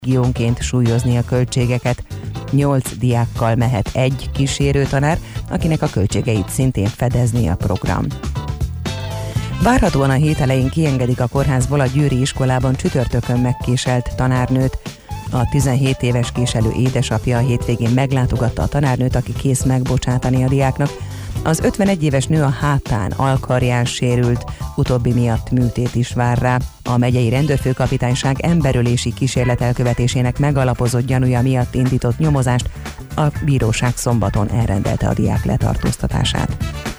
régiónként súlyozni a költségeket. 8 diákkal mehet egy kísérőtanár, akinek a költségeit szintén fedezni a program. Várhatóan a hét elején kiengedik a kórházból a győri iskolában csütörtökön megkéselt tanárnőt. A 17 éves késelő édesapja a hétvégén meglátogatta a tanárnőt, aki kész megbocsátani a diáknak. Az 51 éves nő a hátán, alkarján sérült, utóbbi miatt műtét is vár rá. A megyei rendőrfőkapitányság emberölési kísérlet elkövetésének megalapozott gyanúja miatt indított nyomozást, a bíróság szombaton elrendelte a diák letartóztatását.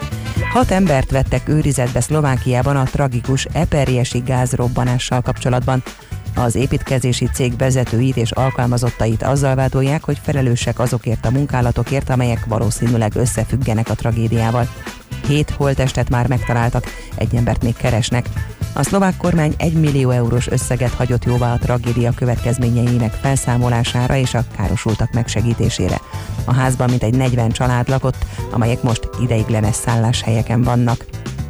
6 embert vettek őrizetbe Szlovákiában a tragikus eperjesi gázrobbanással kapcsolatban. Az építkezési cég vezetőit és alkalmazottait azzal vádolják, hogy felelősek azokért a munkálatokért, amelyek valószínűleg összefüggenek a tragédiával. 7 holttestet már megtaláltak, egy embert még keresnek. A szlovák kormány 1 millió eurós összeget hagyott jóvá a tragédia következményeinek felszámolására és a károsultak megsegítésére. A házban mintegy 40 család lakott, amelyek most ideiglenes szálláshelyeken vannak.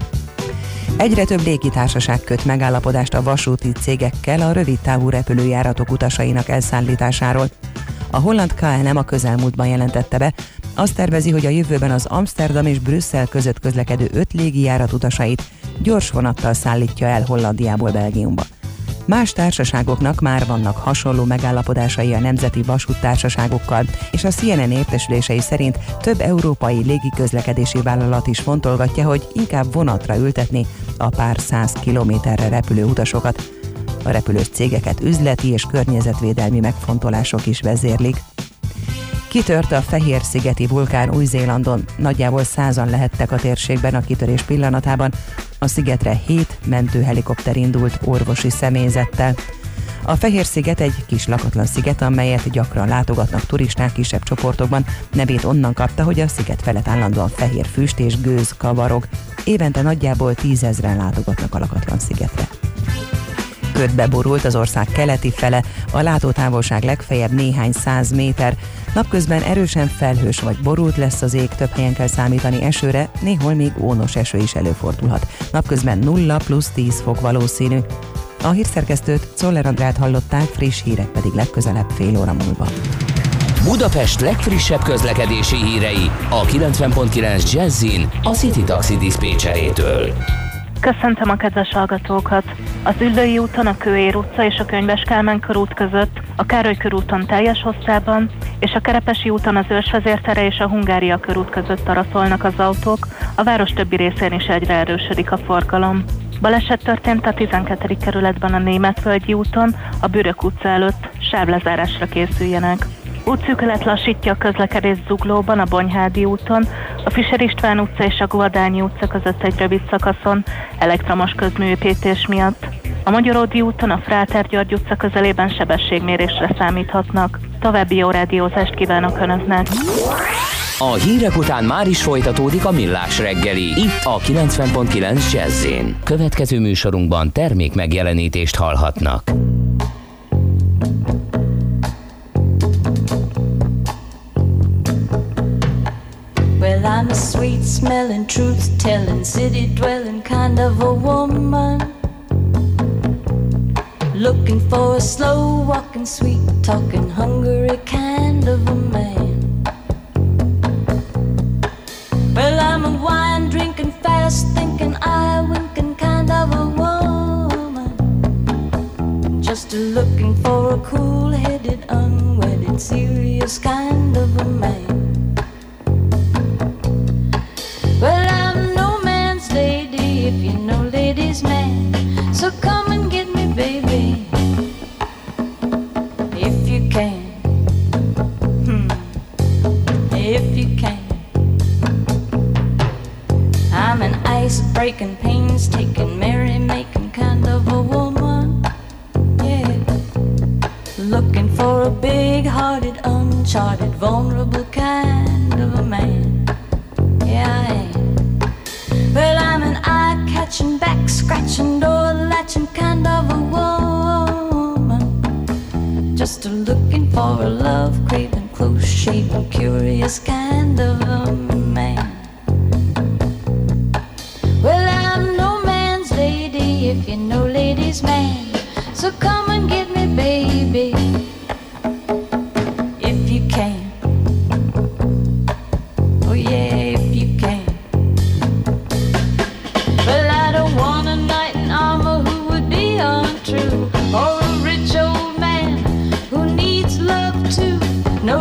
Egyre több légitársaság köt megállapodást a vasúti cégekkel a rövidtávú repülőjáratok utasainak elszállításáról. A holland KLM a közelmúltban jelentette be, azt tervezi, hogy a jövőben az Amsterdam és Brüsszel között közlekedő 5 légijárat utasait gyors vonattal szállítja el Hollandiából Belgiumba. Más társaságoknak már vannak hasonló megállapodásai a nemzeti vasúttársaságokkal, és a CNN értesülései szerint több európai légiközlekedési vállalat is fontolgatja, hogy inkább vonatra ültetni a pár 100 kilométerre repülő utasokat. A repülős cégeket üzleti és környezetvédelmi megfontolások is vezérlik. Kitört a Fehér-szigeti vulkán Új-Zélandon, nagyjából 100-an lehettek a térségben a kitörés pillanatában. A szigetre 7 mentőhelikopter indult orvosi személyzettel. A Fehér-sziget egy kis lakatlan sziget, amelyet gyakran látogatnak turisták kisebb csoportokban. Nevét onnan kapta, hogy a sziget felett állandóan fehér füst és gőz kavarog. Évente nagyjából 10 000-en látogatnak a lakatlan szigetre. Ködbe borult az ország keleti fele, a látótávolság legfeljebb néhány 100 méter. Napközben erősen felhős vagy borult lesz az ég, több helyen kell számítani esőre, néhol még ónos eső is előfordulhat. Napközben 0-10 fok valószínű. A hírszerkesztőt, Czoller Andrát hallották, friss hírek pedig legközelebb fél óra múlva. Budapest legfrissebb közlekedési hírei a 90.9 Jazzin a City Taxi diszpécserétől. Köszöntöm a kedves hallgatókat! Az Üllői úton a Kőér utca és a Könyves Kálmán körút között, a Károly körúton teljes hosszában, és a Kerepesi úton az Ősvezértere és a Hungária körút között taraszolnak az autók, a város többi részén is egyre erősödik a forgalom. Baleset történt a 12. kerületben a Németvölgyi úton, a Bürök utca előtt, sávlezárásra készüljenek. Útszűkület lassítja a közlekedést Zuglóban, a Bonyhádi úton, a Fischer István utca és a Guadányi utca között egy rövid szakaszon, elektromos közműépítés miatt. A Magyaródi úton a Fráter György utca közelében sebességmérésre számíthatnak. További jó rádiózást kívánok Önöknek! A hírek után már is folytatódik a Millás reggeli, itt a 90.9 Jazz-én. Következő műsorunkban termék megjelenítést hallhatnak. Well, I'm a sweet-smelling, truth-telling, city-dwelling kind of a woman, looking for a slow-walking, sweet-talking, hungry kind of a man. Well, I'm a wine-drinking, fast-thinking, eye-winking kind of a woman, just looking for a cool-headed, unwedded, serious kind of a man. Well, I'm no man's lady, if you know ladies' man, so come and get me, baby, if you can, if you can. I'm an ice-breaking, pains-taking, merry-making kind of a woman, yeah, looking for a big-hearted, uncharted, vulnerable kind of a man. Yeah, I am. Well, I'm an eye-catching, back-scratching, door-latching kind of a woman, just looking for a love-craving, close-shaven, curious kind of a man. Well, I'm no man's lady, if you know ladies' man, so come and get me, baby,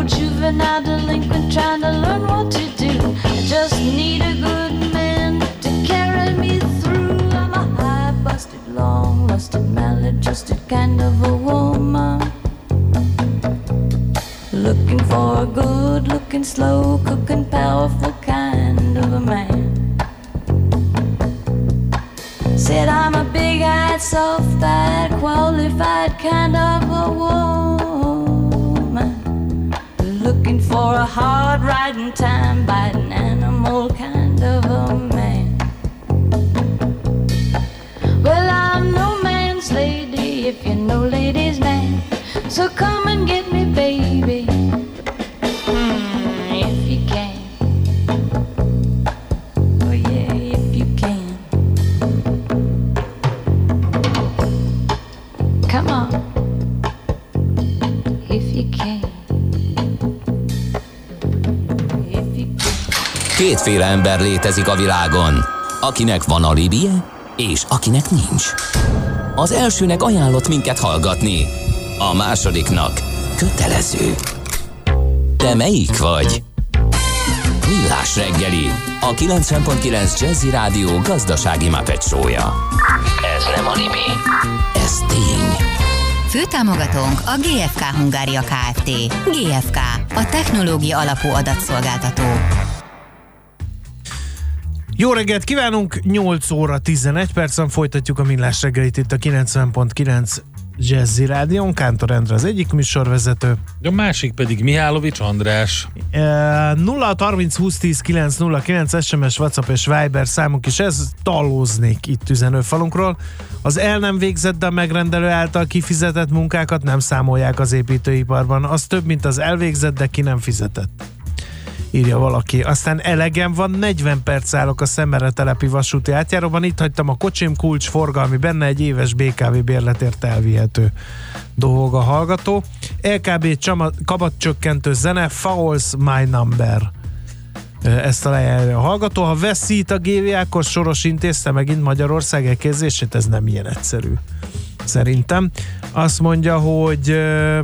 no juvenile delinquent trying to learn what to do. I just need a good man to carry me through. I'm a high busted, long lusted, maladjusted kind of a woman, looking for a good looking, slow cooking, powerful kind of a man. Said I'm a big-eyed, soft-eyed, qualified kind of a woman, looking for a hard-riding, time-biting animal kind of a man. Well, I'm no man's lady, if you know ladies' man, so come and get me, baby, if you can. Oh yeah, if you can. Come on, if you can. If you can. Kétféle ember létezik a világon, akinek van alibije, és akinek nincs. Az elsőnek ajánlott minket hallgatni, a másodiknak kötelező. Te melyik vagy? Millás reggeli, a 90.9 Jazzy Rádió gazdasági Muppet show-ja. Ez nem anime, ez tény. Főtámogatónk a GFK Hungária Kft. GFK, a technológia alapú adatszolgáltató. Jó reggelt kívánunk, 8 óra 11 percen folytatjuk a Millás reggelit itt a 90.9 Jazzy Rádión. Kántor Endre az egyik műsorvezető. A másik pedig Mihálovics András. 0-30 20 10 909 SMS, WhatsApp és Viber számunk is, ez talóznék itt üzenőfalunkról. Az el nem végzett, de a megrendelő által kifizetett munkákat nem számolják az építőiparban. Az több, mint az elvégzett, de ki nem fizetett, írja valaki. Aztán elegem van, 40 perc állok a Szemere telepi vasúti átjáróban, itt hagytam a kocsim, kulcs, forgalmi, benne egy éves BKV bérletért elvihető, dolog a hallgató. LKB kamatcsökkentő zene, Fouls My Number. Ezt találja a hallgató. Ha veszít a GVA, akkor Soros intézte megint Magyarország elkezdését, ez nem ilyen egyszerű, szerintem. Azt mondja, hogy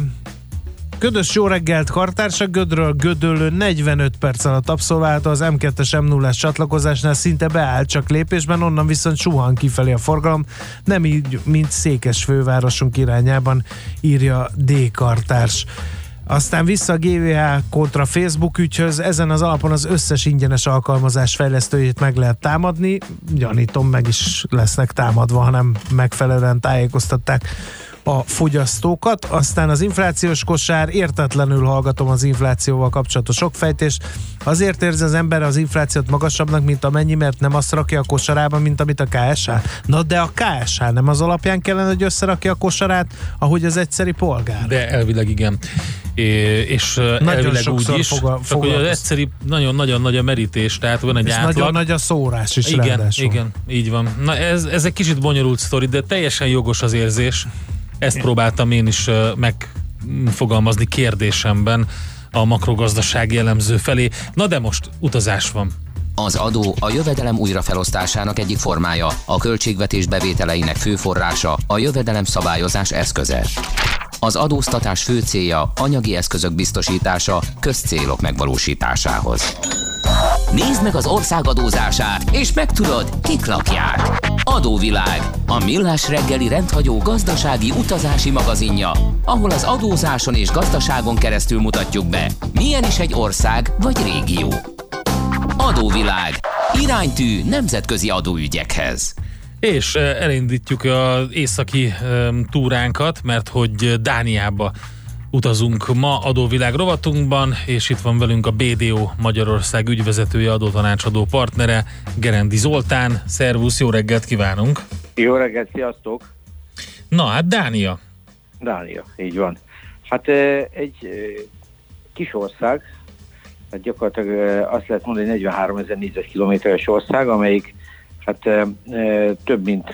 ködös jó reggelt, kartársak, Gödről Gödöllő 45 perc alatt abszolválta az M2-es M0-as csatlakozásnál, szinte beállt csak lépésben, onnan viszont suhan kifelé a forgalom, nem így, mint Székes fővárosunk irányában, írja D. kartárs. Aztán vissza a GVH kontra Facebook ügyhöz, ezen az alapon az összes ingyenes alkalmazás fejlesztőjét meg lehet támadni, gyanítom meg is lesznek támadva, hanem megfelelően tájékoztatták a fogyasztókat. Aztán az inflációs kosár, értetlenül hallgatom az inflációval kapcsolatos okfejtést. Azért érzi az ember az inflációt magasabbnak, mint amennyi, mert nem azt rakja a kosarába, mint amit a KSH. Na de a KSH nem az alapján kellene, hogy összerakja a kosarát, ahogy az egyszeri polgár? De elvileg igen. És nagyon elvileg úgy is, csak hogy az egyszeri nagyon-nagyon nagy a merítés, tehát van egy és átlag. Nagyon nagy a szórás is, igen, ráadásul. Igen, így van. Na ez egy kicsit bonyolult sztori, de teljesen jogos az érzés. Ezt próbáltam én is megfogalmazni kérdésemben a makrogazdasági elemző felé. Na de most utazás van. Az adó a jövedelem újrafelosztásának egyik formája, a költségvetés bevételeinek fő forrása, a jövedelem szabályozás eszköze. Az adóztatás fő célja anyagi eszközök biztosítása közcélok megvalósításához. Nézd meg az ország adózását, és megtudod, kik lakják. Adóvilág, a Millás reggeli rendhagyó gazdasági utazási magazinja, ahol az adózáson és gazdaságon keresztül mutatjuk be, milyen is egy ország vagy régió. Adóvilág, iránytű nemzetközi adóügyekhez. És elindítjuk az északi túránkat, mert hogy Dániába utazunk ma adóvilág rovatunkban, és itt van velünk a BDO Magyarország ügyvezetője, adótanácsadó partnere, Gerendi Zoltán. Szervusz, jó reggelt kívánunk! Jó reggelt, sziasztok! Na hát Dánia, így van. Hát egy kis ország, hát gyakorlatilag azt lehet mondani, 43 000 négyzetkilométeres ország, amelyik hát több mint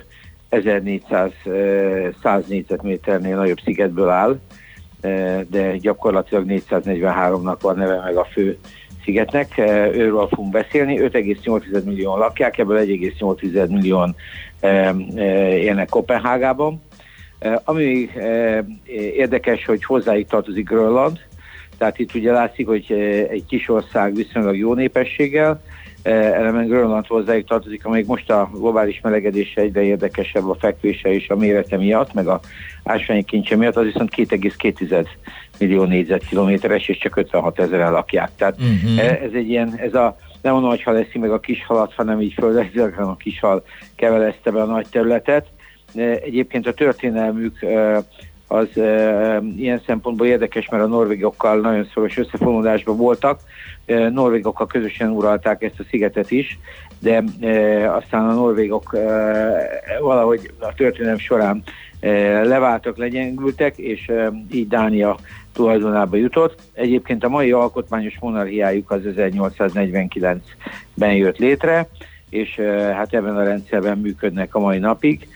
1400 négyzetméternél nagyobb szigetből áll, de gyakorlatilag 443-nak van neve meg a fő szigetnek. Őről fogunk beszélni. 5,8 millióan lakják, ebből 1,8 millióan élnek Koppenhágában. Ami érdekes, hogy hozzájuk tartozik Grönland, Tehát itt ugye látszik, hogy egy kis ország viszonylag jó népességgel, elemen Grönland hozzájuk tartozik, amelyik most a globális melegedése egyre érdekesebb a fekvése és a mérete miatt, meg a ásványi kincse miatt, az viszont 2,2 millió négyzetkilométeres, és csak 56 000-en lakják. Tehát ez egy ilyen, nem a nagy hal eszi meg a kis halat, hanem így földrajzilag, hanem a kis hal kevelezte be a nagy területet. Egyébként a történelmük az ilyen szempontból érdekes, mert a norvégokkal nagyon szoros összefonódásban voltak. Norvégokkal közösen uralták ezt a szigetet is, de aztán a norvégok valahogy a történelem során leváltak, legyengültek, és így Dánia tulajdonába jutott. Egyébként a mai alkotmányos monarchiájuk az 1849-ben jött létre, és hát ebben a rendszerben működnek a mai napig.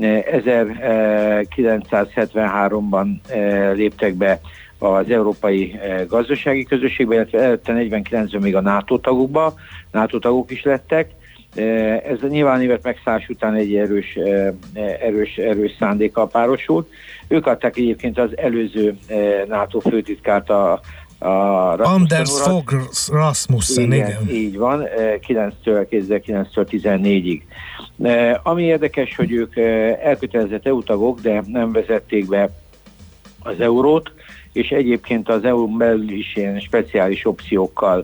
1973-ban léptek be az Európai Gazdasági Közösségbe, illetve előtte 49-ben még a NATO tagokba, NATO tagok is lettek. Ez nyilván évet megszállás után egy erős szándékkal párosult. Ők adták egyébként az előző NATO főtitkárt, Anders Fogh Rasmussen, igen. Így van, 2009-től 14-ig. Ami érdekes, hogy ők elkötelezett EU tagok, de nem vezették be az eurót, és egyébként az EU-n belül is ilyen speciális opciókkal,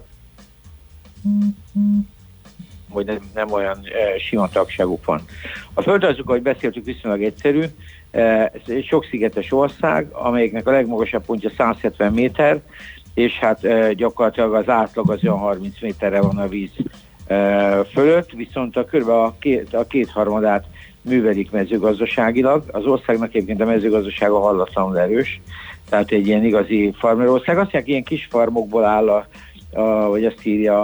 hogy nem olyan sima tagságuk van. A földrajzuk, ahogy beszéltük, viszonylag egyszerű. Ez egy sokszigetes ország, amelyeknek a legmagasabb pontja 170 méter, és hát gyakorlatilag az átlag az olyan 30 méterre van a víz fölött, viszont körülbelül a kétharmadát művelik mezőgazdaságilag. Az országnak egyébként a mezőgazdasága hallatlanul erős, tehát egy ilyen igazi farmerország. Azt mondják, ilyen kis farmokból áll vagy azt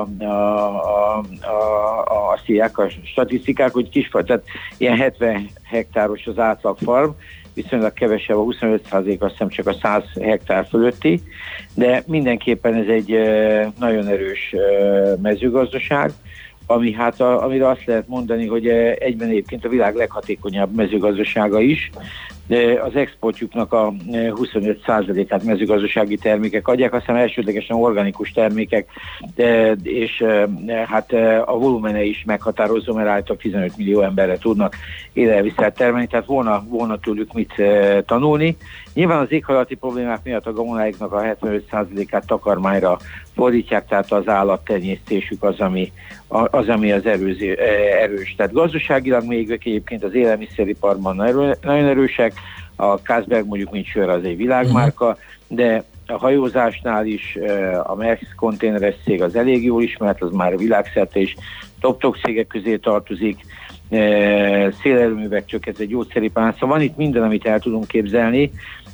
írják a statisztikák, hogy kisfarm, tehát ilyen 70 hektáros az átlag farm, viszonylag kevesebb, a 25%, azt hiszem csak a 100 hektár fölötti, de mindenképpen ez egy nagyon erős mezőgazdaság, amire azt lehet mondani, hogy egyben egyébként a világ leghatékonyabb mezőgazdasága is. Az exportjuknak a 25%-át mezőgazdasági termékek adják, aztán elsődlegesen organikus termékek, és hát a volumene is meghatározó, mert állítólag 15 millió emberre tudnak élelmiszert termelni, tehát volna tőlük mit tanulni. Nyilván az éghajlati problémák miatt a gabonáiknak a 75%-át takarmányra fordítják, tehát az állattenyésztésük az, ami az erős. Tehát gazdaságilag még egyébként az élelmiszeriparban nagyon erősek, a Carlsberg mondjuk, mint sör, az egy világmárka, de a hajózásnál is a Maersk konténeres cég az elég jól ismert, az már világszerte is top cégek közé tartozik, szélerőművek, csak ez egy gyógyszeripar. Szóval van itt minden, amit el tudunk képzelni,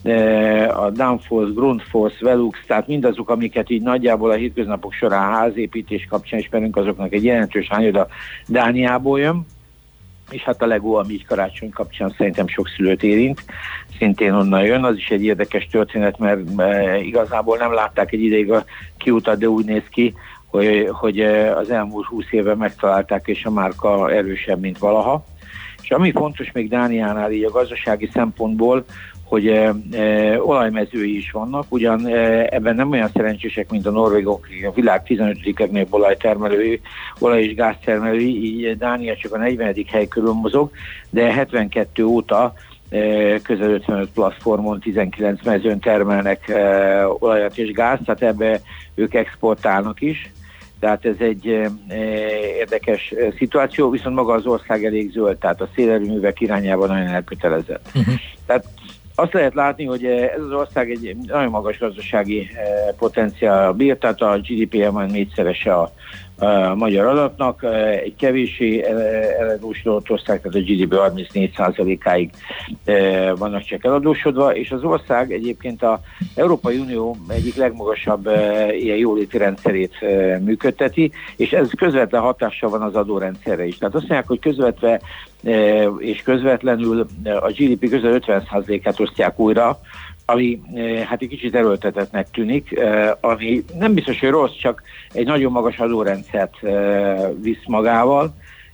a Danfoss, Grundfos, Velux, tehát mindazok, amiket így nagyjából a hétköznapok során házépítés kapcsán ismerünk, azoknak egy jelentős hányoda Dániából jön, és hát a Lego, ami így karácsony kapcsán szerintem sok szülőt érint, szintén onnan jön. Az is egy érdekes történet, mert igazából nem látták egy ideig a kiutat, de úgy néz ki, hogy az elmúlt 20 évben megtalálták, és a márka erősebb, mint valaha. És ami fontos még Dániánál így a gazdasági szempontból, hogy olajmezői is vannak, ugyan ebben nem olyan szerencsések, mint a norvégok, a világ 15. legnagyobb olaj- és gáztermelői, így Dánia csak a 40. hely körül mozog, de 72 óta közel 55 platformon 19 mezőn termelnek olajat és gázt, tehát ebbe ők exportálnak is. Tehát ez egy érdekes szituáció, viszont maga az ország elég zöld, tehát a szélerőművek irányában nagyon elkötelezett. Tehát azt lehet látni, hogy ez az ország egy nagyon magas gazdasági potenciál bír, tehát a GDP-je majd 4-szerese a magyar adatnak, egy kevéssé eladósodott ország, tehát a GDP 34%-áig vannak csak eladósodva, és az ország egyébként az Európai Unió egyik legmagasabb ilyen jóléti rendszerét működteti, és ez közvetlen hatással van az adórendszerre is. Tehát azt mondják, hogy közvetve és közvetlenül a GDP közel 50%-át osztják újra, ami hát egy kicsit erőltetettnek tűnik, ami nem biztos, hogy rossz, csak egy nagyon magas adórendszert visz magával,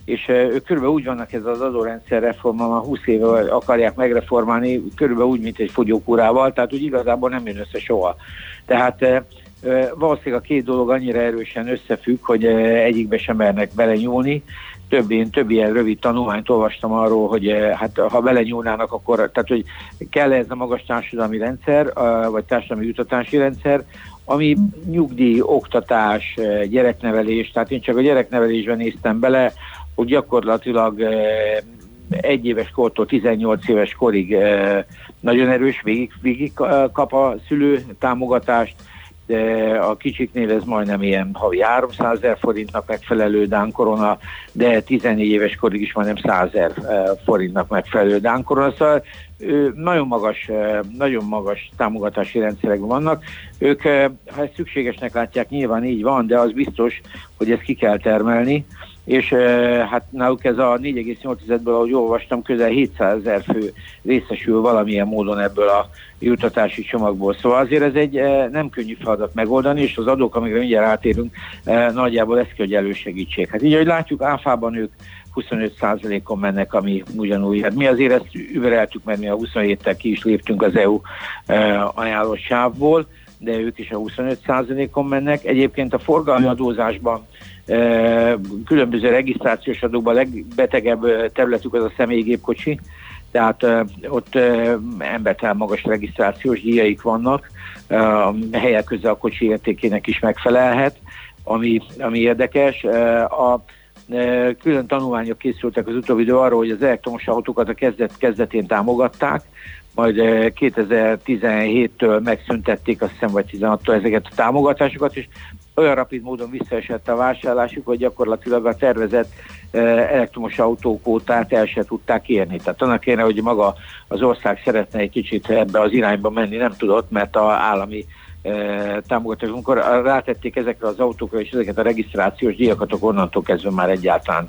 és ők körülbelül úgy vannak ez az adórendszer reformmal, már 20 éve akarják megreformálni, körülbelül úgy, mint egy fogyókúrával, tehát úgy igazából nem jön össze soha. Tehát valószínűleg a két dolog annyira erősen összefügg, hogy egyikbe sem mernek belenyúlni. Több ilyen rövid tanulmányt olvastam arról, hogy hát ha belenyúlnának, akkor tehát, hogy kell ez a magas társadalmi rendszer, vagy társadalmi jutatási rendszer, ami nyugdíj, oktatás, gyereknevelés, tehát én csak a gyereknevelésben néztem bele, hogy gyakorlatilag 1 éves kortól 18 éves korig nagyon erős, végig kap a szülő támogatást, de a kicsiknél ez majdnem ilyen havi 300 000 forintnak megfelelő dánkorona, de 14 éves korig is majdnem 100 000 forintnak megfelelő dánkorona, szóval nagyon magas támogatási rendszerek vannak. Ők, ha ezt szükségesnek látják, nyilván így van, de az biztos, hogy ezt ki kell termelni, és hát náluk ez a 4,8-ből, ahogy olvastam, közel 700 000 fő részesül valamilyen módon ebből a juttatási csomagból. Szóval azért ez egy nem könnyű feladat megoldani, és az adók, amikre mindjárt átérünk, nagyjából ezt kell, hogy elősegítsék. Hát így, ahogy látjuk, áfában ők 25%-on mennek, ami ugyanúgy. Hát mi azért ezt übereltük, mert mi a 27-tel ki is léptünk az EU ajánlott sávból, de ők is a 25%-on mennek. Egyébként a forgalmi adózásban különböző regisztrációs adókban a legbetegebb területük az a személygépkocsi, tehát ott embertelen magas regisztrációs díjaik vannak, a helyek közel a kocsi értékének is megfelelhet, ami érdekes. A külön tanulmányok készültek az utóbbi idő arról, hogy az elektromos autókat a kezdetén támogatták, majd 2017-től megszüntették, azt hiszem, vagy 16-tól ezeket a támogatásokat, és olyan rapid módon visszaesett a vásárlásuk, hogy gyakorlatilag a tervezett elektromos autókótát el se tudták érni. Tehát annak ellenére, hogy maga az ország szeretne egy kicsit ebbe az irányba menni, nem tudott, mert az állami támogatás, amikor rátették ezekre az autókra és ezeket a regisztrációs díjakat, akkor onnantól kezdve már egyáltalán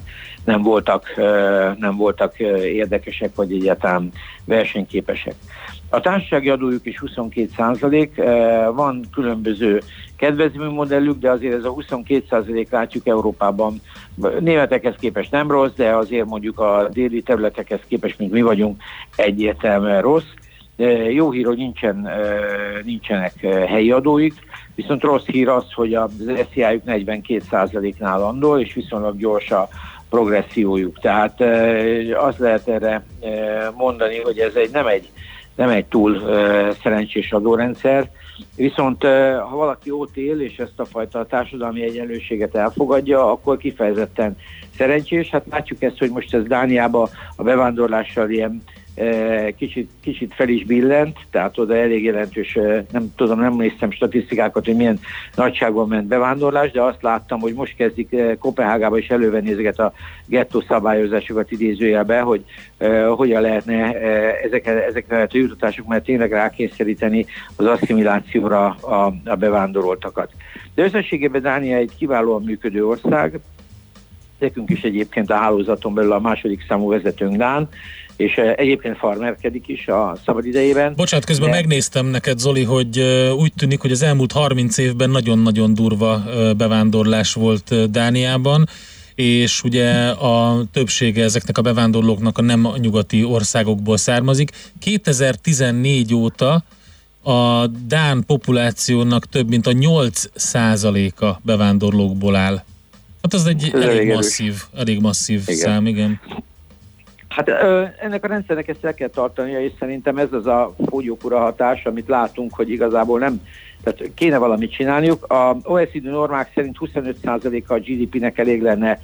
nem voltak érdekesek, vagy egyáltalán versenyképesek. A társasági adójuk is 22%, van különböző kedvezménymodellük, de azért ez a 22% látjuk Európában németekhez képest nem rossz, de azért mondjuk a déli területekhez képest, mint mi vagyunk, egyértelműen rossz. Jó hír, hogy nincsenek helyi adóik, viszont rossz hír az, hogy az SZIA-juk 42%-nál landol, és viszonylag gyors a progressziójuk. Tehát azt lehet erre mondani, hogy ez nem egy túl szerencsés adórendszer, viszont ha valaki ott él, és ezt a fajta társadalmi egyenlőséget elfogadja, akkor kifejezetten szerencsés. Hát látjuk ezt, hogy most ez Dániában a bevándorlással ilyen kicsit fel is billent, tehát oda elég jelentős, nem néztem statisztikákat, hogy milyen nagyságban ment bevándorlás, de azt láttam, hogy most kezdik Koppenhágában is elővenni ezeket a gettó szabályozásokat idézőjelbe, hogy hogyan lehetne ezekre a jutatások, mert tényleg rákényszeríteni az asszimilációra a bevándoroltakat. De összességében Dánia egy kiválóan működő ország, nekünk is egyébként a hálózaton belül a második számú vezetőnk Dán, és egyébként farmerkedik is a szabadidejében. Bocsánat, közben megnéztem neked, Zoli, hogy úgy tűnik, hogy az elmúlt 30 évben nagyon-nagyon durva bevándorlás volt Dániában, és ugye a többsége ezeknek a bevándorlóknak a nem nyugati országokból származik. 2014 óta a dán populációnak több mint a 8%-a bevándorlókból áll. Hát ez egy elég masszív szám, igen. Hát ennek a rendszernek ezt el kell tartania, és szerintem ez az a fogyókúra hatás, amit látunk, hogy igazából nem, tehát kéne valamit csinálniuk. A OECD normák szerint 25%-a a GDP-nek elég lenne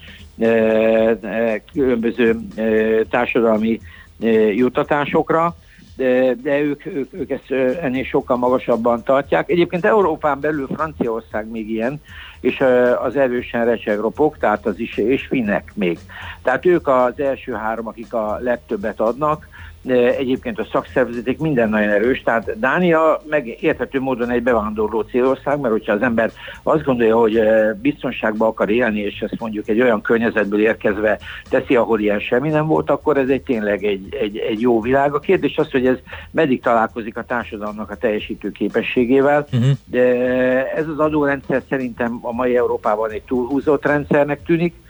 különböző társadalmi juttatásokra, de ők ezt ennél sokkal magasabban tartják. Egyébként Európán belül Franciaország még ilyen, és az erősen recsegropok, tehát az is, és finnek még. Tehát ők az első három, akik a legtöbbet adnak, egyébként a szakszervezetek minden nagyon erős, tehát Dánia meg érthető módon egy bevándorló célország, mert hogyha az ember azt gondolja, hogy biztonságban akar élni, és ezt mondjuk egy olyan környezetből érkezve teszi, ahol ilyen semmi nem volt, akkor ez tényleg egy jó világ. A kérdés az, hogy ez meddig találkozik a társadalomnak a teljesítő képességével, de ez az adórendszer szerintem a mai Európában egy túlhúzott rendszernek tűnik,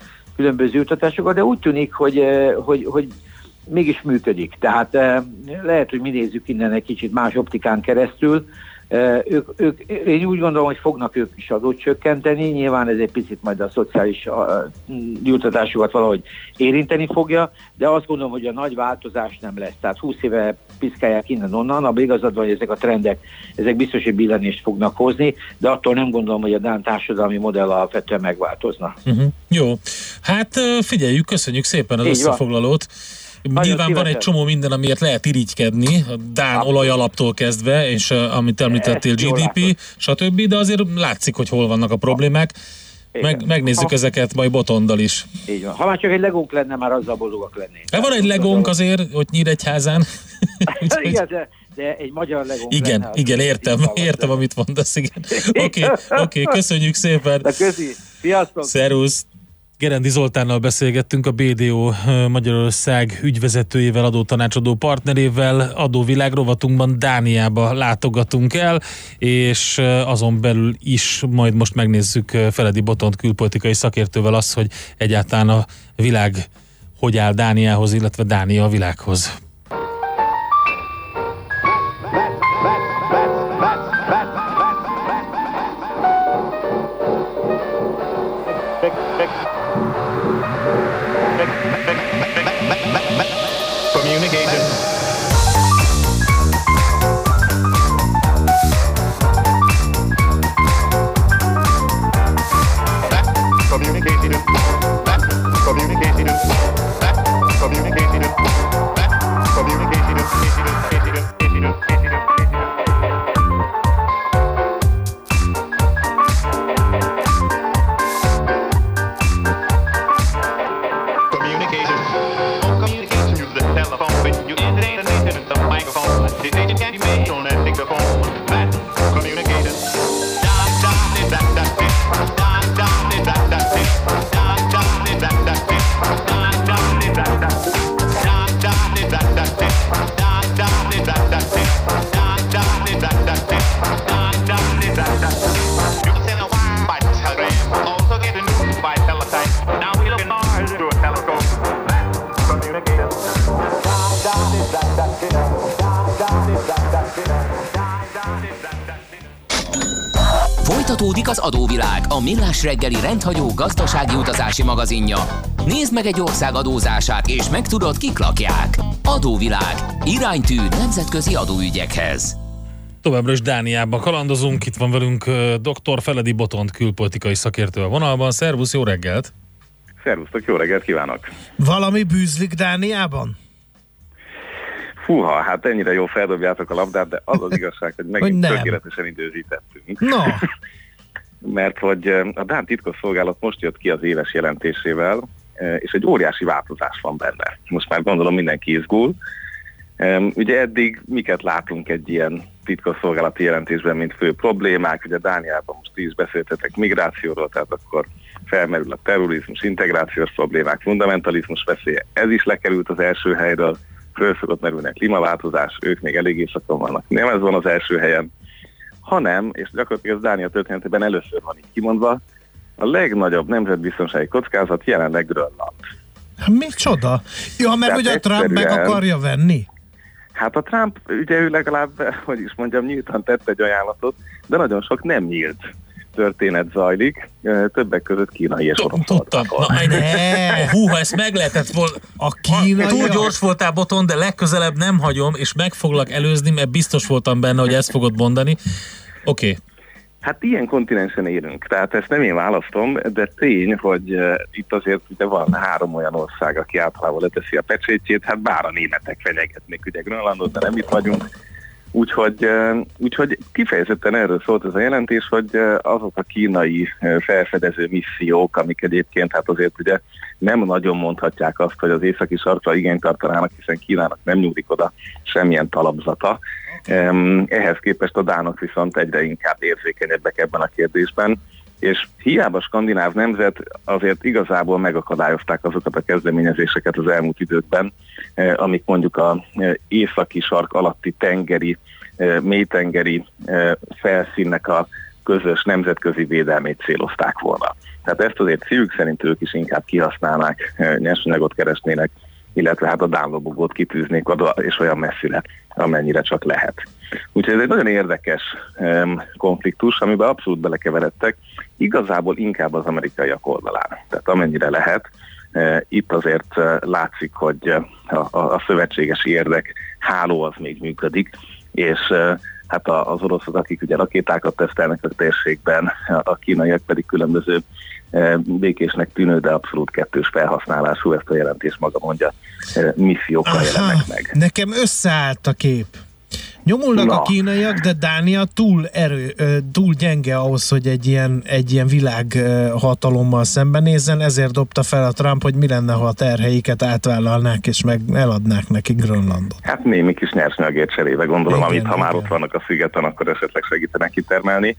különböző utatásokat, de úgy tűnik, hogy mégis működik. Tehát lehet, hogy mi nézzük innen egy kicsit más optikán keresztül. Én úgy gondolom, hogy fognak ők is adót csökkenteni, nyilván ez egy picit majd a szociális juttatásokat valahogy érinteni fogja, de azt gondolom, hogy a nagy változás nem lesz. Tehát 20 éve piszkálják innen-onnan, abban igazad van, hogy ezek a trendek, ezek biztos, hogy billenést fognak hozni, de attól nem gondolom, hogy a dán társadalmi modell alapvetően megváltozna. Jó, hát figyeljük, köszönjük szépen az összefoglalót. Nyilván van egy csomó minden, amiért lehet irigykedni, a dán olajalaptól kezdve, és amit említettél, GDP, stb., de azért látszik, hogy hol vannak a problémák. Megnézzük ezeket majd Botondal is. Így van. Ha már csak egy legónk lenne, már azzal boldogak lennénk. De van egy legónk azért, hogy Nyíregyházán. Igen, de egy magyar legónk lenne. Igen, értem, amit mondasz. Oké, köszönjük szépen. De köszi, sziasztok. Szervusz. Gerendi Zoltánnal beszélgettünk, a BDO Magyarország ügyvezetőjével, adótanácsadó partnerével. Adóvilág rovatunkban Dániába látogatunk el, és azon belül is majd most megnézzük Feledi Botont külpolitikai szakértővel azt, hogy egyáltalán a világ hogy áll Dániához, illetve Dánia a világhoz. Folytatódik az Adóvilág, a millás reggeli rendhagyó gazdasági utazási magazinja. Nézd meg egy ország adózását, és megtudod, kik lakják. Adóvilág. Iránytű nemzetközi adóügyekhez. Továbbra is Dániába kalandozunk. Itt van velünk dr. Feledi Botont külpolitikai szakértő a vonalban. Szervusz, jó reggelt! Szervusztok, jó reggelt kívánok! Valami bűzlik Dániában? Fúha, hát ennyire jól feldobjátok a labdát, de az az igazság, hogy megint tökéletesen időzítettünk. No. Mert hogy a dán titkosszolgálat most jött ki az éves jelentésével, és egy óriási változás van benne. Most már gondolom mindenki izgul. Ugye eddig miket látunk egy ilyen titkosszolgálati jelentésben, mint fő problémák? Ugye Dániában most ti is beszéltetek migrációról, tehát akkor felmerül a terrorizmus, integrációs problémák, fundamentalizmus veszélye. Ez is lekerült az első helyről. Föl szokott merülni a klímaváltozás, ők még elég északon vannak. Nem ez van az első helyen, hanem, és gyakorlatilag ez Dánia történetében először van így kimondva, a legnagyobb nemzetbiztonsági kockázat jelenleg Grönland. Micsoda? Ja, mert ugye a Trump meg akarja venni? Hát a Trump, ugye ő legalább, hogy is mondjam, nyíltan tett egy ajánlatot, de nagyon sok nem nyílt történet zajlik, többek között kínai és orosz. Tudtam. Húha, ezt meg lehetett volna. A kínai. Túl gyors voltál, Boton, de legközelebb nem hagyom, és meg foglak előzni, mert biztos voltam benne, hogy ezt fogod mondani. Oké. Hát ilyen kontinensen élünk, tehát ezt nem én választom, de tény, hogy itt azért ugye van 3 olyan ország, aki általában leteszi a pecsétjét, hát bár a németek fenyegetnék ugye Grönlandot, de nem itt vagyunk. Úgyhogy kifejezetten erről szólt ez a jelentés, hogy azok a kínai felfedező missziók, amik egyébként hát azért ugye nem nagyon mondhatják azt, hogy az északi sarkra igényt tartanának, hiszen Kínának nem nyúlik oda semmilyen talapzata. Ehhez képest a dánok viszont egyre inkább érzékenyebbek ebben a kérdésben, és hiába skandináv nemzet, azért igazából megakadályozták azokat a kezdeményezéseket az elmúlt időkben, amik mondjuk a északi sark alatti tengeri, mélytengeri felszínnek a közös nemzetközi védelmét célozták volna. Tehát ezt azért szívük szerint ők is inkább kihasználnák, nyersanyagot keresnének, illetve hát a dánlobogót kitűznék oda, és olyan messzire, amennyire csak lehet. Úgyhogy ez egy nagyon érdekes konfliktus, amiben abszolút belekeveredtek, igazából inkább az amerikaiak oldalán. Tehát amennyire lehet, itt azért látszik, hogy a szövetségesi érdek háló az még működik, és hát az oroszok, akik ugye rakétákat tesztelnek a térségben, a kínaiak pedig különböző békésnek tűnő, de abszolút kettős felhasználású, ezt a jelentés maga mondja, missziókkal jelennek meg. Nekem összeállt a kép. Nyomulnak a kínaiak, de Dánia túl gyenge ahhoz, hogy egy ilyen világhatalommal szembenézzen, ezért dobta fel a Trump, hogy mi lenne, ha a terheiket átvállalnák, és meg eladnák neki Grönlandot. Hát némi kis nyersanyagért cserébe gondolom, igen, amit ha már ott vannak a szigeten, akkor esetleg segítenek kitermelni.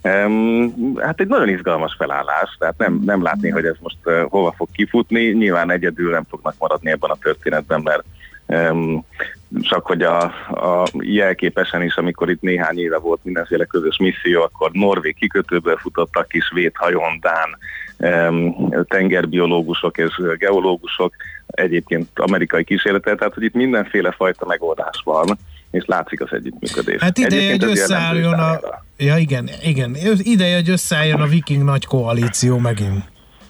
Hát egy nagyon izgalmas felállás, tehát nem látni, hogy ez most hova fog kifutni. Nyilván egyedül nem fognak maradni ebben a történetben, mert csak hogy a jelképesen is, amikor itt néhány éve volt mindenféle közös misszió, akkor norvég kikötőből futottak kis védhajón dán tengerbiológusok és geológusok, egyébként amerikai kísérletek, tehát hogy itt mindenféle fajta megoldás van, és látszik az együttműködés. Hát ideje, hogy összeálljon ideje, hogy összeálljon a viking nagy koalíció megint.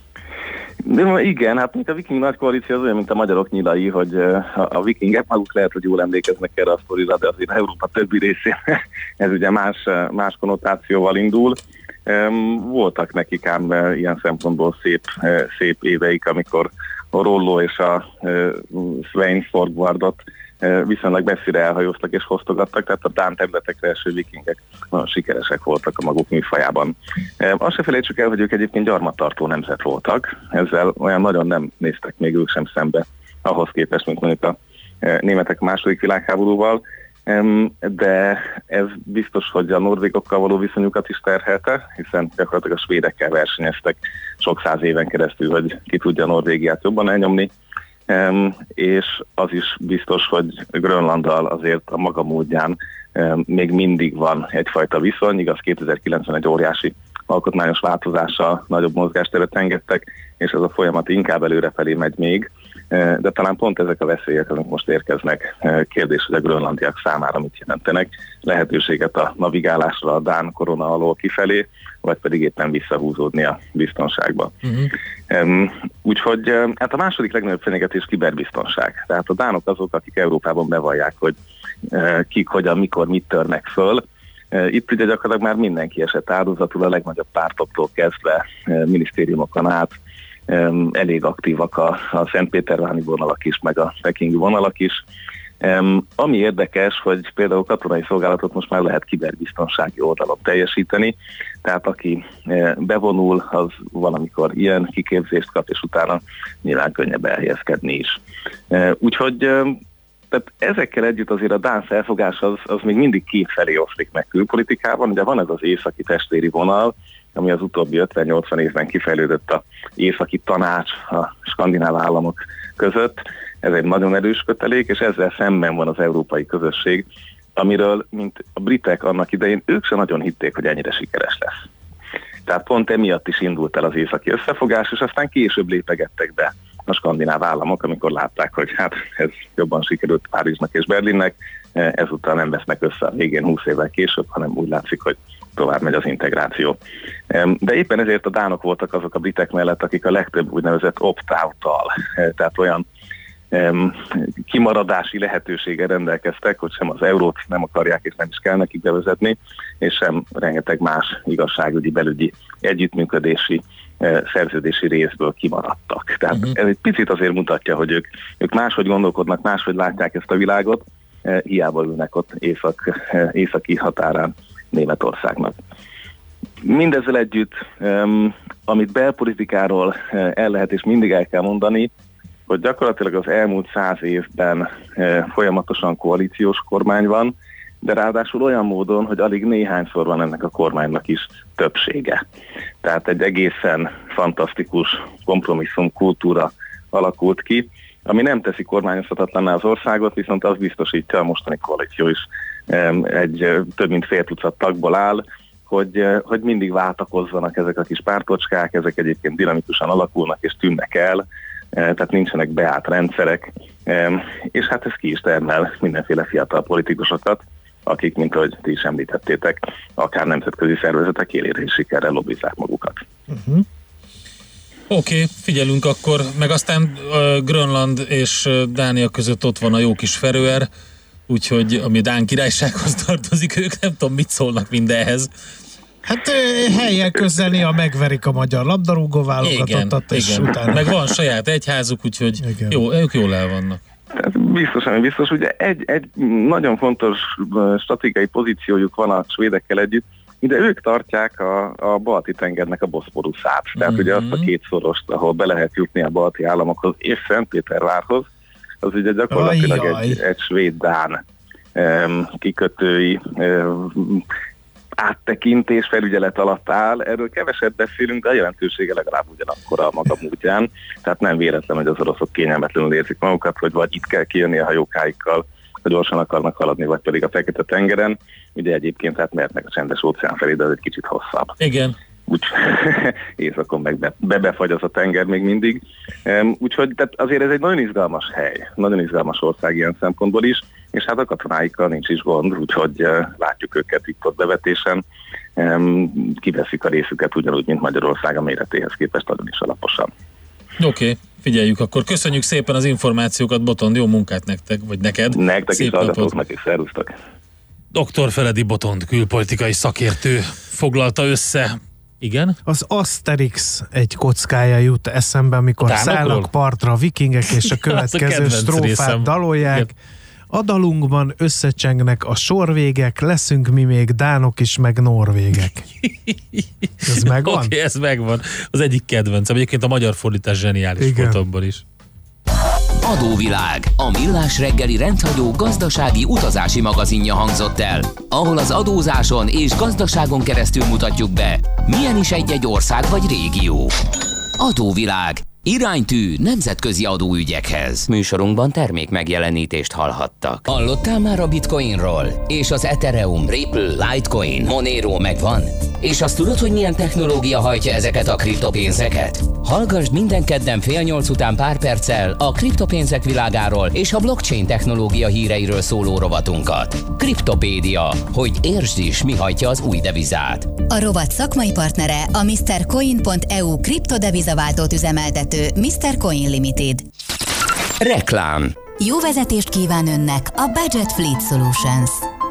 De igen, hát mint a viking nagy koalíció az olyan, mint a magyarok nyilai, hogy a vikingek maguk lehet, hogy jól emlékeznek erre a sztorira, de azért Európa többi részén ez ugye más konnotációval indul. Voltak nekik ám ilyen szempontból szép éveik, amikor a Rollo és a Svein Forgvardot viszonylag messzire elhajóztak és fosztogattak, tehát a dán területekre eső vikingek nagyon sikeresek voltak a maguk műfajában. Azt se felejtsük el, hogy ők egyébként gyarmattartó nemzet voltak, ezzel olyan nagyon nem néztek még ők sem szembe ahhoz képest, mint mondjuk a németek a második világháborúval, de ez biztos, hogy a norvégokkal való viszonyukat is terhelte, hiszen gyakorlatilag a svédekkel versenyeztek sok száz éven keresztül, hogy ki tudja Norvégiát jobban elnyomni, és az is biztos, hogy Grönlanddal azért a maga módján még mindig van egyfajta viszony, igaz 2009-ben egy óriási alkotmányos változással nagyobb mozgásteret engedtek, és ez a folyamat inkább előrefelé megy még, de talán pont ezek a veszélyek, amik most érkeznek, kérdés, hogy a grönlandiak számára mit jelentenek, lehetőséget a navigálásra a dán korona alól kifelé, vagy pedig éppen visszahúzódni a biztonságba. Úgyhogy hát a második legnagyobb fenyegetés kiberbiztonság. Tehát a dánok azok, akik Európában bevallják, hogy kik, hogyan, mikor, mit törnek föl. Itt ugye gyakorlatilag már mindenki esett áldozatul, a legnagyobb pártoktól kezdve minisztériumokon át, elég aktívak a szentpétervári vonalak is, meg a pekingi vonalak is. Ami érdekes, hogy például katonai szolgálatot most már lehet kiberbiztonsági oldalon teljesíteni, tehát aki bevonul, az valamikor ilyen kiképzést kap, és utána nyilván könnyebb elhelyezkedni is. Úgyhogy tehát ezekkel együtt azért a dán felfogás az még mindig kétfelé oszlik meg külpolitikában. Ugye van ez az északi testvéri vonal, ami az utóbbi 50-80 évben kifejlődött az északi tanács a skandináv államok között. Ez egy nagyon erős kötelék, és ezzel szemben van az európai közösség, amiről, mint a britek annak idején, ők sem nagyon hitték, hogy ennyire sikeres lesz. Tehát pont emiatt is indult el az északi összefogás, és aztán később lépegettek be a skandináv államok, amikor látták, hogy hát ez jobban sikerült Párizsnak és Berlinnek, ezúttal nem vesznek össze a végén 20 évvel később, hanem úgy látszik, hogy tovább megy az integráció. De éppen ezért a dánok voltak azok a britek mellett, akik a legtöbb úgynevezett opt-out-tal, tehát olyan kimaradási lehetőséggel rendelkeztek, hogy sem az eurót nem akarják és nem is kell nekik bevezetni, és sem rengeteg más igazságügyi, belügyi együttműködési szerződési részből kimaradtak. Tehát ez egy picit azért mutatja, hogy ők máshogy gondolkodnak, máshogy látják ezt a világot, hiába ülnek ott északi határán Németországnak. Mindezzel együtt, amit belpolitikáról el lehet és mindig el kell mondani, hogy gyakorlatilag az elmúlt 100 évben folyamatosan koalíciós kormány van, de ráadásul olyan módon, hogy alig néhányszor van ennek a kormánynak is többsége. Tehát egy egészen fantasztikus kompromisszum kultúra alakult ki, ami nem teszi kormányozhatatlanná az országot, viszont az biztosítja, a mostani koalíció is egy több mint fél tucat tagból áll, hogy mindig váltakozzanak ezek a kis pártocskák, ezek egyébként dinamikusan alakulnak és tűnnek el, tehát nincsenek beállt rendszerek, és hát ez ki is termel mindenféle fiatal politikusokat, akik, mint ahogy ti is említettétek, akár nemzetközi szervezetek élére is sikerrel lobbizzák magukat. Oké, figyelünk akkor, meg aztán Grönland és Dánia között ott van a jó kis Feröer, úgyhogy ami Dán királysághoz tartozik, ők nem tudom, mit szólnak mindenhez. Hát helyen közel néha megverik a magyar labdarúgó válogatottat, és utána... Meg van saját egyházuk, úgyhogy jó, ők jól el vannak. Biztos, ugye egy nagyon fontos stratégiai pozíciójuk van a svédekkel együtt, de ők tartják a Balti-tengernek a Boszporuszát. Tehát ugye azt a két szorost, ahol be lehet jutni a balti államokhoz és Szentpétervárhoz, az ugye gyakorlatilag egy svéd-dán kikötői áttekintés, felügyelet alatt áll. Erről keveset beszélünk, de a jelentősége legalább ugyanakkor a maga módján. Tehát nem véletlen, hogy az oroszok kényelmetlenül érzik magukat, hogy vagy itt kell kijönni a hajókáikkal, hogy gyorsan akarnak haladni, vagy pedig a Fekete-tengeren. Ugye egyébként hát mehetnek a Csendes óceán felé, de ez egy kicsit hosszabb. Igen. Úgy északon meg befagy az a tenger még mindig. Úgyhogy tehát azért ez egy nagyon izgalmas hely, nagyon izgalmas ország ilyen szempontból is, és hát a katonáikkal nincs is gond, úgyhogy látjuk őket itt ott bevetésen. Kiveszik a részüket ugyanúgy, mint Magyarország a méretéhez képest nagyon is alaposan. Oké, figyeljük akkor. Köszönjük szépen az információkat, Botond, jó munkát nektek, vagy neked. Nektek is, hallgatóknak is, szervusztok. Dr. Feledi Botond, külpolitikai szakértő foglalta össze. Igen? Az Asterix egy kockája jut eszembe, amikor szállnak partra a vikingek, és a következő strófát dalolják. Igen. A dalunkban összecsengnek a sorvégek, leszünk mi még dánok is, meg norvégek. Ez megvan? Oké, ez megvan. Az egyik kedvencem. Egyébként a magyar fordítás zseniális volt abban is. Adóvilág, a millás reggeli rendhagyó gazdasági utazási magazinja hangzott el, ahol az adózáson és gazdaságon keresztül mutatjuk be, milyen is egy-egy ország vagy régió. Adóvilág, iránytű nemzetközi adóügyekhez. Műsorunkban termék megjelenítést hallhattak. Hallottál már a Bitcoinról? És az Ethereum, Ripple, Litecoin, Monero megvan? És azt tudod, hogy milyen technológia hajtja ezeket a kriptopénzeket? Hallgassd minden kedden 7:30 után pár perccel a kriptopénzek világáról és a blockchain technológia híreiről szóló rovatunkat. Kriptopédia, hogy értsd is, mi hajtja az új devizát. A rovat szakmai partnere a MrCoin.eu kriptodevizaváltót üzemeltető Mr. Coin Limited. Reklám. Jó vezetést kíván önnek a Budget Fleet Solutions.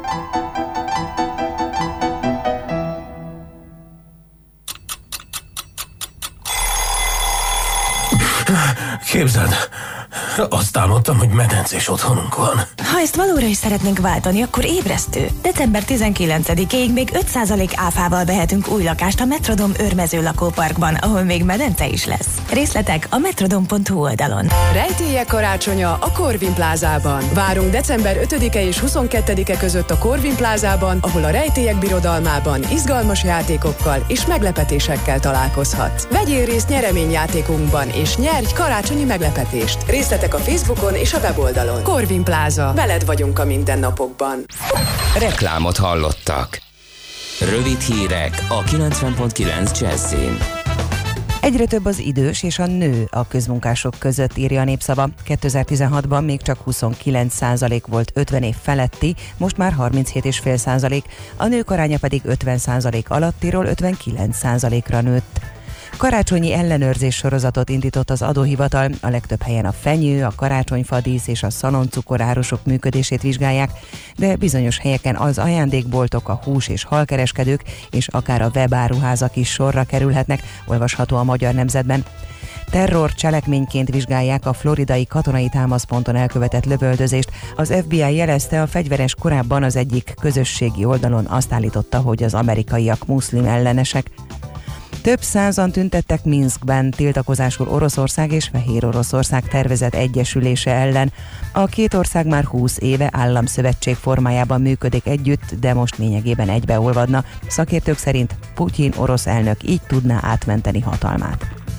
Képzeld, azt álmodtam, hogy medencés otthonunk van. Ha ezt valóra is szeretnénk váltani, akkor ébresztő. December 19-ig még 5% áfával vehetünk új lakást a Metrodom Őrmező lakóparkban, ahol még medence is lesz. Részletek a metrodom.hu oldalon. Rejtélye karácsonya a Corvin Plázában. Várunk december 5-e és 22-e között a Corvin Plázában, ahol a rejtélyek birodalmában izgalmas játékokkal és meglepetésekkel találkozhatsz. Vegyél részt nyereményjátékunkban és nyerj karácsonyi meglepetést. Részletek a Facebookon és a weboldalon. Corvin Plaza. Veled vagyunk a mindennapokban. Reklámot hallottak. Rövid hírek a 90.9 Jazzin. Egyre több az idős és a nő a közmunkások között, írja a Népszava. 2016-ban még csak 29% volt 50 év feletti, most már 37,5%, a nők aránya pedig 50% alattiról 59%-ra nőtt. Karácsonyi ellenőrzés sorozatot indított az adóhivatal, a legtöbb helyen a fenyő, a karácsonyfadísz és a szaloncukorárusok működését vizsgálják, de bizonyos helyeken az ajándékboltok, a hús- és halkereskedők és akár a webáruházak is sorra kerülhetnek, olvasható a Magyar Nemzetben. Terror cselekményként vizsgálják a floridai katonai támaszponton elkövetett lövöldözést. Az FBI jelezte, a fegyveres korábban az egyik közösségi oldalon azt állította, hogy az amerikaiak muszlim ellenesek. Több százan tüntettek Minszkben tiltakozásul Oroszország és Fehér Oroszország tervezett egyesülése ellen. A két ország már 20 éve államszövetség formájában működik együtt, de most lényegében egybeolvadna. Szakértők szerint Putyin orosz elnök így tudná átmenteni hatalmát.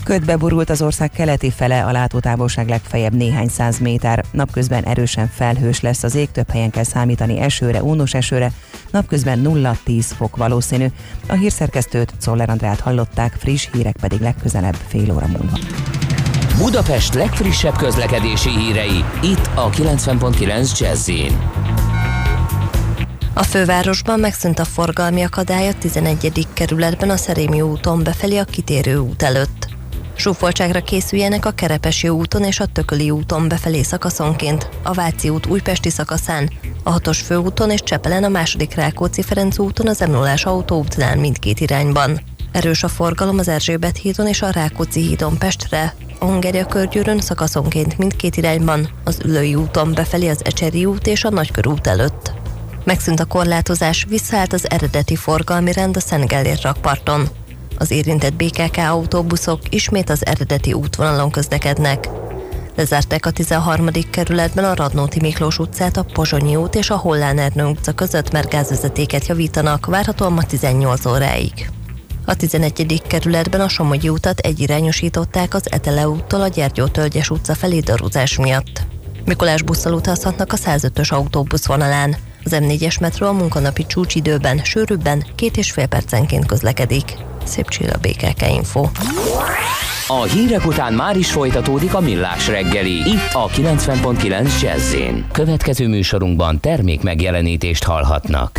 Ködbe borult az ország keleti fele, a látótávolság legfeljebb néhány száz méter. Napközben erősen felhős lesz az ég, több helyen kell számítani esőre, ónos esőre, napközben 0-10 fok valószínű. A hírszerkesztőt, Czoller Andrát hallották, friss hírek pedig legközelebb fél óra múlva. Budapest legfrissebb közlekedési hírei, itt a 90.9 Jazz-in. A fővárosban megszűnt a forgalmi akadály a 11. kerületben a Szerémi úton befelé a kitérő út előtt. Zsúfoltságra készüljenek a Kerepesi úton és a Tököli úton befelé szakaszonként, a Váci út újpesti szakaszán, a 6-os főúton és Csepelen a 2. Rákóczi-Ferenc úton az M0-ás autóútnál mindkét irányban. Erős a forgalom az Erzsébet hídon és a Rákóczi hídon Pestre, a Hungária körgyűrűn szakaszonként mindkét irányban, az Üllői úton befelé az Ecseri út és a Nagykörút előtt. Megszűnt a korlátozás, visszaállt az eredeti forgalmi rend a Szent Gellért rakparton. Az érintett BKK autóbuszok ismét az eredeti útvonalon közlekednek. Lezárták a 13. kerületben a Radnóti Miklós utcát, a Pozsonyi út és a Hollán Ernő utca között, mert gázvezetéket javítanak, várhatóan ma 18 óráig. A 11. kerületben a Somogyi utat egyirányosították az Etele úttól a Gyergyó-Tölgyes utca felé darúzás miatt. Mikolás busszal utazhatnak a 105-ös autóbuszvonalán. Az M4-es metró a munkanapi csúcsidőben, sűrűbben 2,5 percenként közlekedik. Szép Csilla, BKK Info. A hírek után már is folytatódik a Millás reggeli, itt a 90.9 Jazz-in. Következő műsorunkban termék megjelenítést hallhatnak.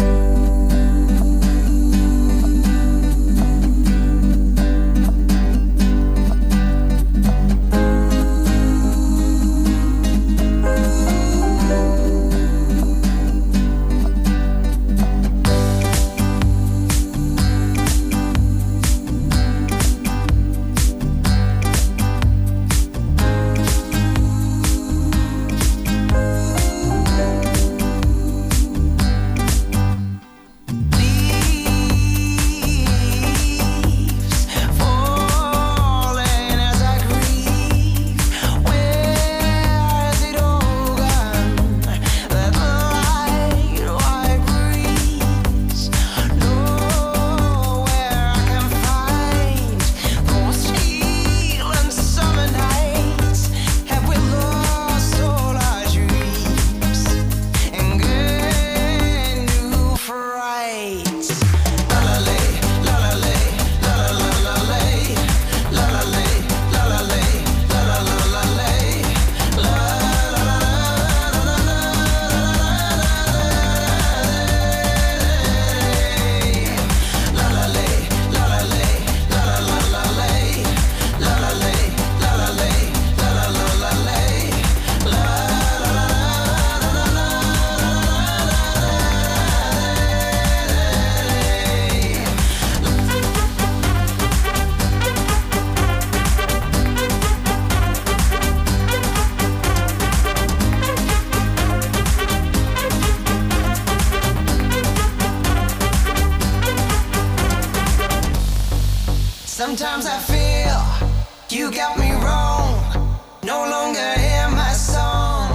Sometimes I feel you got me wrong, no longer hear my song.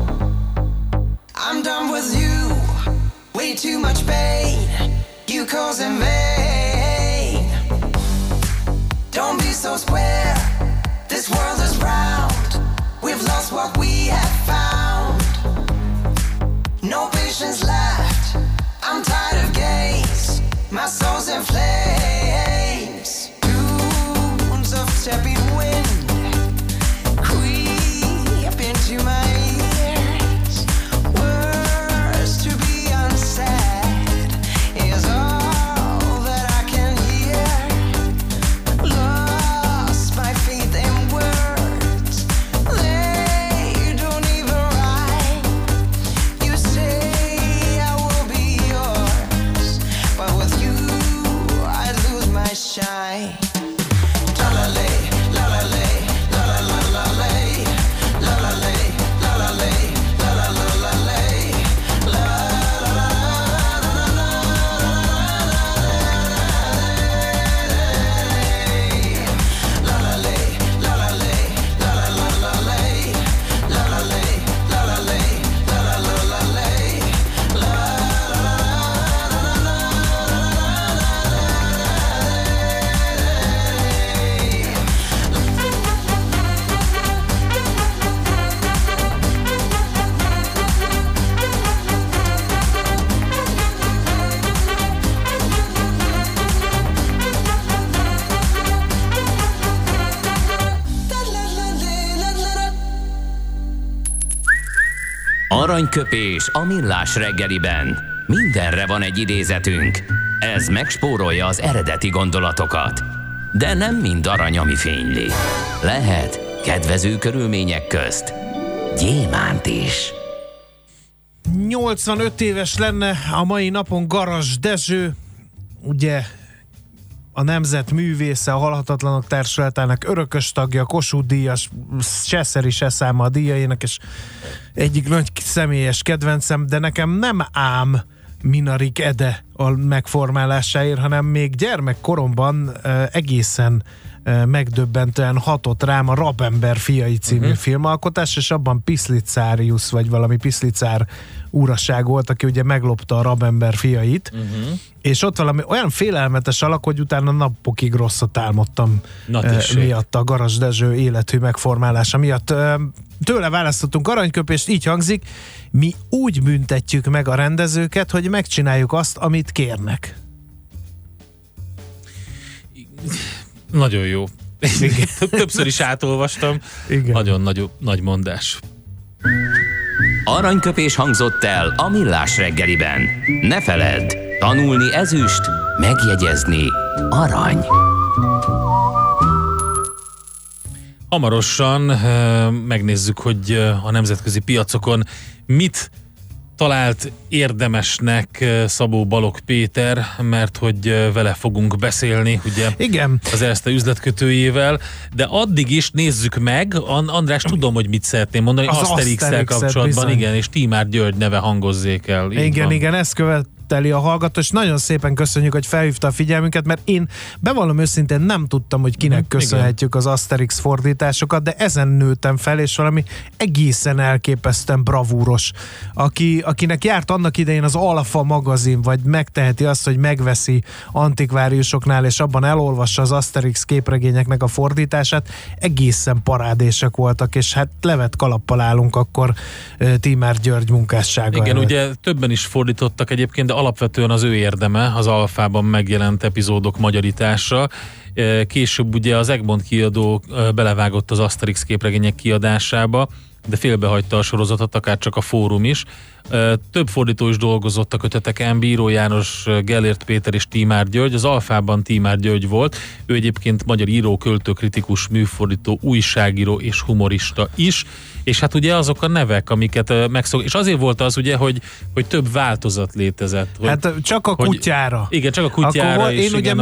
I'm done with you, way too much pain, you cause in vain. Don't be so square, this world is round, we've lost what we have found. No patience left, I'm tired of games, my soul's in flames. Dunes of tepid wind creep into my ears. Words to be unsaid is all that I can hear. Lost my faith in words, they don't even rhyme. You say I will be yours, but with you I lose my shine. Aranyköpés a millás reggeliben. Mindenre van egy idézetünk. Ez megspórolja az eredeti gondolatokat. De nem mind arany, ami fényli. Lehet kedvező körülmények közt gyémánt is. 85 éves lenne a mai napon Garas Dezső, ugye a Nemzet művésze, a Halhatatlanok Társulatának örökös tagja, Kossuth díjas, se szeri, se száma a díjainak, és egyik nagy személyes kedvencem, de nekem nem ám Minarik Ede a megformálásáért, hanem még gyermekkoromban egészen megdöbbentően hatott rám a Rabember fiai című filmalkotás, és abban Piszlicárius, vagy valami Piszlicár uraság volt, aki ugye meglopta a Rabember fiait, és ott valami olyan félelmetes alak, hogy utána napokig rosszat álmodtam miatt, a Garas Dezső élethű megformálása miatt. Tőle választottunk aranyköpést, így hangzik: mi úgy büntetjük meg a rendezőket, hogy megcsináljuk azt, amit kérnek. Nagyon jó. Többször is átolvastam. Igen. Nagyon nagy mondás. Aranyköpés hangzott el a millás reggeliben. Ne feledd, tanulni ezüst, megjegyezni arany. Hamarosan megnézzük, hogy a nemzetközi piacokon mit talált érdemesnek Szabó Balogh Péter, mert hogy vele fogunk beszélni, ugye? Igen. Az Erste üzletkötőjével, de addig is nézzük meg, András, tudom, hogy mit szeretném mondani, az Asterix-tel kapcsolatban, igen, és Tímár György neve hangozzék el. Igen, ezt követeli a hallgató, és nagyon szépen köszönjük, hogy felhívta a figyelmünket, mert én bevallom őszintén nem tudtam, hogy kinek köszönhetjük az Asterix fordításokat, de ezen nőttem fel, és valami egészen elképesztően bravúros, akinek járt annak idején az Alfa magazin, vagy megteheti azt, hogy megveszi antikváriusoknál, és abban elolvassa az Asterix képregényeknek a fordítását, egészen parádések voltak, és hát levet kalappal állunk akkor Tímár György munkássága. Igen, ugye többen is fordítottak egyébként, de alapvetően az ő érdeme az Alfában megjelent epizódok magyarítása. Később ugye az Egmont kiadó belevágott az Asterix képregények kiadásába, de félbehagyta a sorozatot, akár csak a Fórum is. Több fordító is dolgozott a köteteken, Bíró János, Gellért Péter és Tímár György. Az Alfában Tímár György volt. Ő egyébként magyar író, költő, kritikus, műfordító, újságíró és humorista is. És hát ugye azok a nevek, amiket és azért volt az ugye, hogy több változat létezett. Hogy, hát csak a kutyára. Igen, csak a kutyára. Akkor én ugye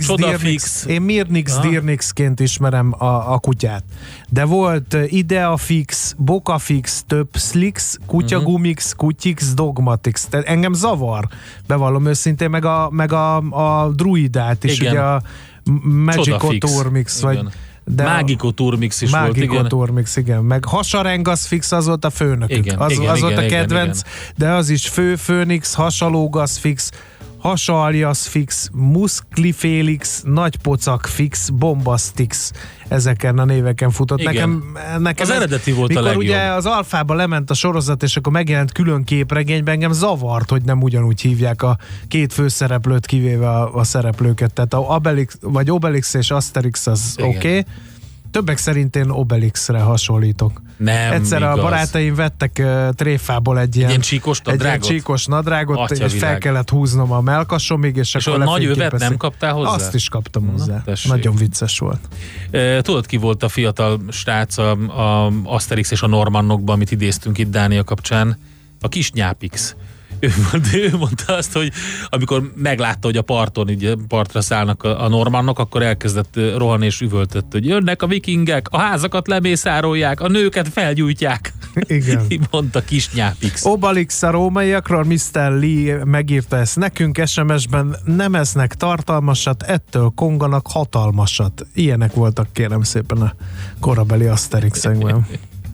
Mirnix Dirnixként ismerem a kutyát. De volt Ideafix, Bokafix, több Slix, Kutyagumix, Kutyix, Dogmatix. Tehát engem zavar, bevallom őszintén, meg a druidát is, igen. Ugye a Magicoturmix, vagy de Magicoturmix is volt, igen. Magicoturmix, igen. Meg Hasarengasz fix, az volt a főnökük. Igen, az volt a kedvenc, igen. De az is Főnix, Hasalógasz fix, Hasaljasz fix, Musklifélix, Nagypocak fix, Bombastix. Ezeken a néveken futott. Nekem az eredeti volt a legjobb. Mikor ugye az Alfába lement a sorozat, és akkor megjelent külön képregényben, engem zavart, hogy nem ugyanúgy hívják a két főszereplőt, kivéve a szereplőket. Tehát Obelix és Asterix az oké. Többek szerint én Obelixre hasonlítok. Nem, egyszer igaz. A barátaim vettek tréfából egy ilyen csíkos nadrágot, és fel kellett húznom a melkasomig, és akkor a nagy övet nem kaptál hozzá? Azt is kaptam hozzá. Nagyon vicces volt. Tudod, ki volt a fiatal srác a Asterix és a Normannokban, amit idéztünk itt Dánia kapcsán? A kis Nyápix. Ő mondta azt, hogy amikor meglátta, hogy a parton, ugye partra szállnak a normannok, akkor elkezdett rohanni és üvöltött, hogy jönnek a vikingek, a házakat lemészárolják, a nőket felgyújtják. Igen. Így mondta kis Nyápix. Obelix a rómaiakról, Mr. Lee megírta ezt nekünk SMS-ben, nem esznek tartalmasat, ettől konganak hatalmasat. Ilyenek voltak, kérem szépen, a korabeli Asterixekben.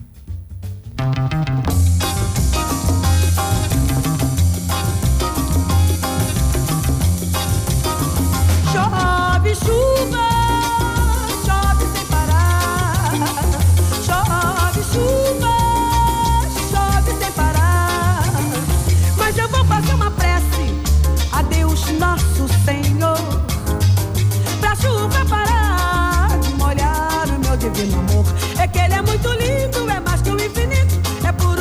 Nosso Senhor, pra chuva parar de molhar o meu divino amor. É que ele é muito lindo, é mais que o infinito, é por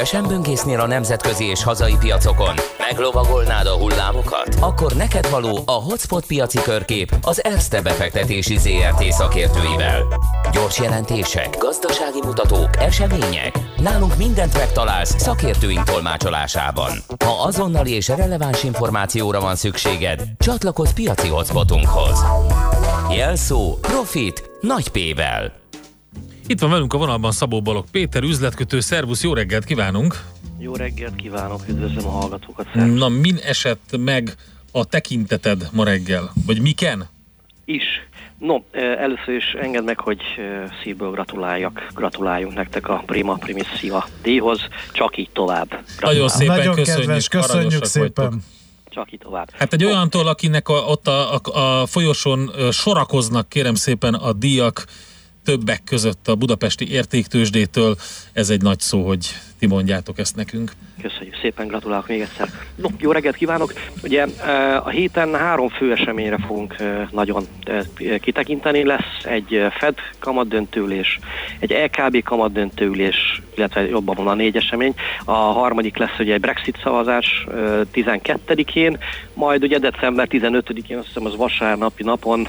Szívesen böngésznél a nemzetközi és hazai piacokon? Meglovagolnád a hullámokat? Akkor neked való a Hotspot piaci körkép az Erste befektetési ZRT szakértőivel. Gyors jelentések, gazdasági mutatók, események. Nálunk mindent megtalálsz szakértőink tolmácsolásában. Ha azonnali és releváns információra van szükséged, csatlakozz piaci hotspotunkhoz. Jelszó Profit nagy P-vel. Itt van velünk a vonalban Szabó Balogh Péter, üzletkötő. Szervusz, jó reggelt kívánunk! Jó reggelt kívánok, üdvözlöm a hallgatókat. Szervusz. Na, min esett meg a tekinteted ma reggel? Vagy miken? No, először is engedd meg, hogy szívből gratuláljunk nektek a Prima Primissima díjhoz, csak így tovább. Nagyon szépen nagyon köszönjük, kedves, köszönjük szépen. Vagytok. Csak így tovább. Hát egy olyantól, akinek ott a folyosón sorakoznak, kérem szépen, a díjak, többek között a budapesti értéktőzsdétől, ez egy nagy szó, hogy ti mondjátok ezt nekünk. Köszönjük szépen, gratulálok még egyszer. No, jó reggelt kívánok! Ugye a héten 3 fő eseményre fogunk nagyon kitekinteni. Lesz egy Fed kamatdöntőülés, egy LKB kamatdöntőülés, illetve jobban van a 4 esemény. A harmadik lesz ugye egy Brexit szavazás 12-én, majd ugye december 15-én, azt hiszem az vasárnapi napon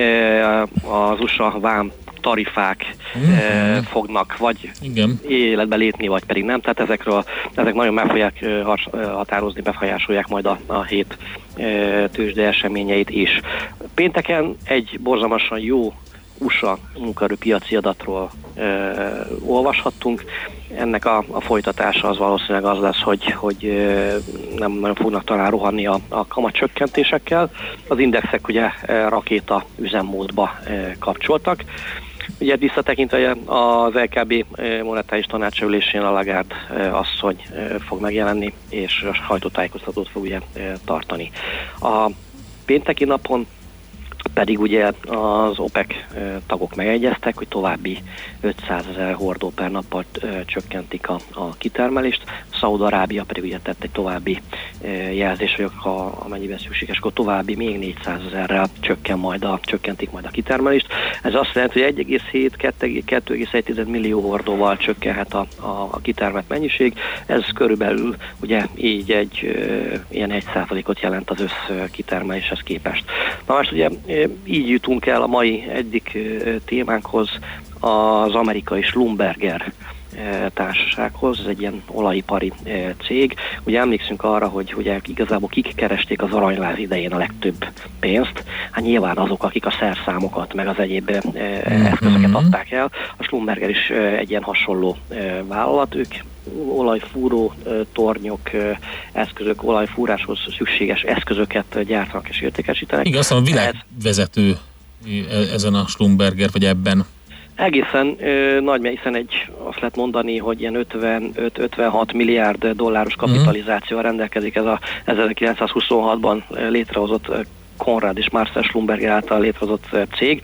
az USA vám tarifák fognak vagy életbe lépni, vagy pedig nem. Tehát ezek nagyon meg fogják határozni, befolyásolják majd a hét tőzsde eseményeit is. Pénteken egy borzalmasan jó USA munkaerőpiaci adatról olvashattunk. Ennek a folytatása az valószínűleg az lesz, hogy nem nagyon fognak talán rohanni a kamatcsökkentésekkel. Az indexek ugye rakéta üzemmódba kapcsoltak. Ugye visszatekintve az LKB monetáris tanácsülésén a Lagarde asszony fog megjelenni, és a sajtótájékoztatót fog ugye tartani. A pénteki napon pedig ugye az OPEC tagok megegyeztek, hogy további 500 000 hordó per nappal csökkentik a kitermelést. Szaúd-Arábia pedig ugye tett egy további jelzés, hogy amennyiben szükséges, akkor további még 400 000-rel csökkentik majd a kitermelést. Ez azt jelenti, hogy 1,7-2,1 millió hordóval csökkenhet a kitermelt mennyiség. Ez körülbelül ugye így ilyen 1%-ot jelent az összkitermeléshez képest. Na most ugye így jutunk el a mai egyik témánkhoz, az amerikai Schlumberger társasághoz, ez egy ilyen olajipari cég. Ugye emlékszünk arra, hogy ugye igazából kik keresték az aranyláz idején a legtöbb pénzt. Hát nyilván azok, akik a szerszámokat, meg az egyéb eszközöket adták el. A Schlumberger is egy ilyen hasonló vállalat. Ők olajfúró tornyok, eszközök, olajfúráshoz szükséges eszközöket gyártanak és értékesítenek. Igen, azt mondom, világvezető ezen a Schlumberger, vagy ebben. Egészen nagy, mert hiszen azt lehet mondani, hogy ilyen 55-56 milliárd dolláros kapitalizációval rendelkezik ez a 1926-ban létrehozott Konrad és Marcel Schlumberger által létrehozott cég.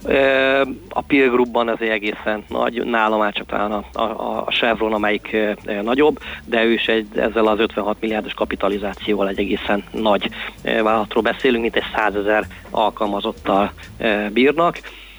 A Peer Groupban ez egészen nagy, nála már csak talán a Chevron, amelyik nagyobb, de ő is ezzel az 56 milliárdos kapitalizációval egy egészen nagy vállalatról beszélünk, mint egy 100 000 alkalmazottal bírnak.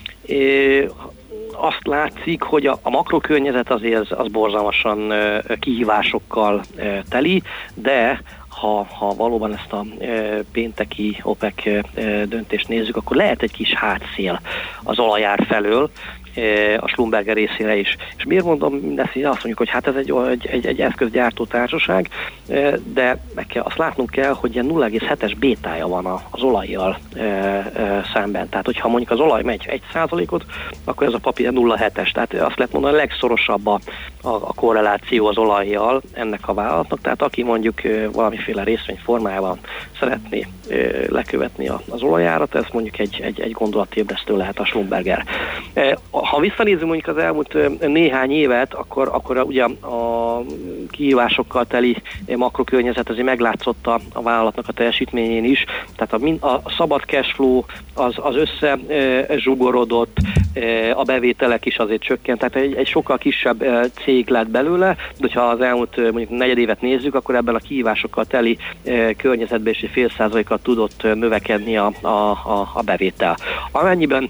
Azt látszik, hogy a makrokörnyezet azért az borzalmasan kihívásokkal teli, de ha valóban ezt a pénteki OPEC döntést nézzük, akkor lehet egy kis hátszél az olajár felől, a Schlumberger részére is. És miért mondom mindezt, hogy azt mondjuk, hogy hát ez egy eszközgyártó társaság, de azt látnunk kell, hogy ilyen 0,7-es bétája van az olajjal szemben. Tehát, hogyha mondjuk az olaj megy 1%-ot, akkor ez a papír 0,7-es. Tehát azt lehet mondani, a legszorosabb a korreláció az olajjal ennek a vállalatnak. Tehát aki mondjuk valamiféle részvény formájában szeretné lekövetni az olajárat, ez mondjuk egy gondolatébresztő lehet a Schlumberger. Ha visszanézzünk mondjuk az elmúlt néhány évet, akkor ugye a kihívásokkal teli makrokörnyezet azért meglátszott a vállalatnak a teljesítményén is. Tehát a szabad cashflow az összezsugorodott, a bevételek is azért csökkent, tehát egy sokkal kisebb cég lett belőle, de hogyha az elmúlt mondjuk negyedévet nézzük, akkor ebben a kihívásokkal teli környezetben is 0,5%-kal tudott növekedni a bevétel. Amennyiben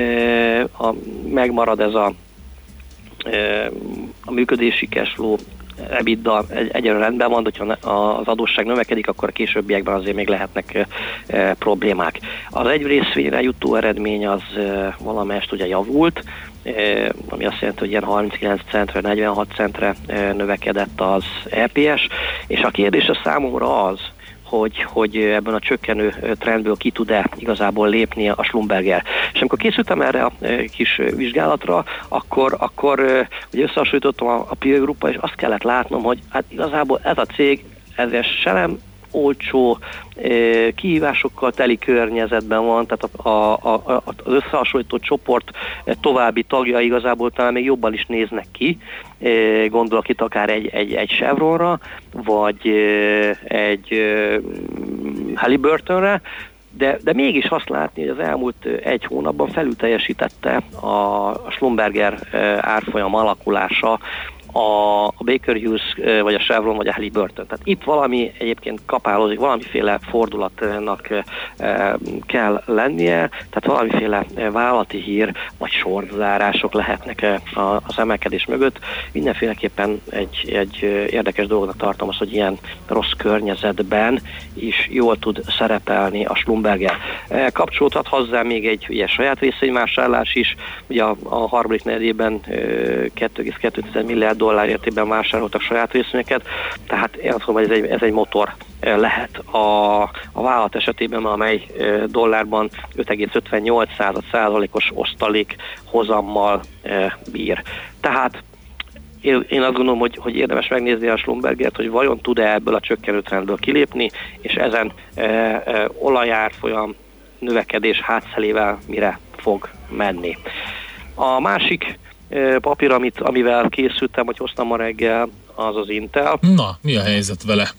megmarad ez a működési cashflow EBITDA egyre rendben van, hogyha az adósság növekedik, akkor a későbbiekben azért még lehetnek problémák. Az egy részvényre jutó eredmény az valamelyest ugye javult, ami azt jelenti, hogy ilyen 39 centre, 46 centre növekedett az EPS, és a kérdés a számomra az, hogy ebben a csökkenő trendből ki tud-e igazából lépni a Schlumberger. És amikor készültem erre a kis vizsgálatra, akkor ugye összehasonlítottam a peer grouppal, és azt kellett látnom, hogy hát igazából ez a cég, ez se nem olcsó, kihívásokkal teli környezetben van, tehát az összehasonlító csoport további tagja igazából talán még jobban is néznek ki, gondolok itt akár egy Chevronra, vagy egy Halliburtonra, de mégis azt látni, hogy az elmúlt egy hónapban felülteljesítette a Schlumberger árfolyam alakulása a Baker Hughes, vagy a Chevron, vagy a Halliburton. Tehát itt valami egyébként kapálózik, valamiféle fordulatnak kell lennie, tehát valamiféle vállalati hír, vagy sortzárások lehetnek az emelkedés mögött. Mindenféleképpen egy érdekes dolognak tartom azt, hogy ilyen rossz környezetben is jól tud szerepelni a Schlumberger. Kapcsolódhat hozzá még egy ugye, saját részvényvásárlás is, ugye a harmadik negyedében 2,2 milliárd dollár értékben vásároltak saját részvényeket, tehát én azt mondom, hogy ez egy motor lehet a vállalat esetében, amely dollárban 5,58%-os osztalék hozammal bír. Tehát én azt gondolom, hogy érdemes megnézni a Schlumbergert, hogy vajon tud-e ebből a csökkenő trendből kilépni, és ezen olajárfolyam növekedés hátszelével mire fog menni. A másik papír, amivel készültem, hogy hoztam ma reggel, az az Intel. Na, mi a helyzet vele?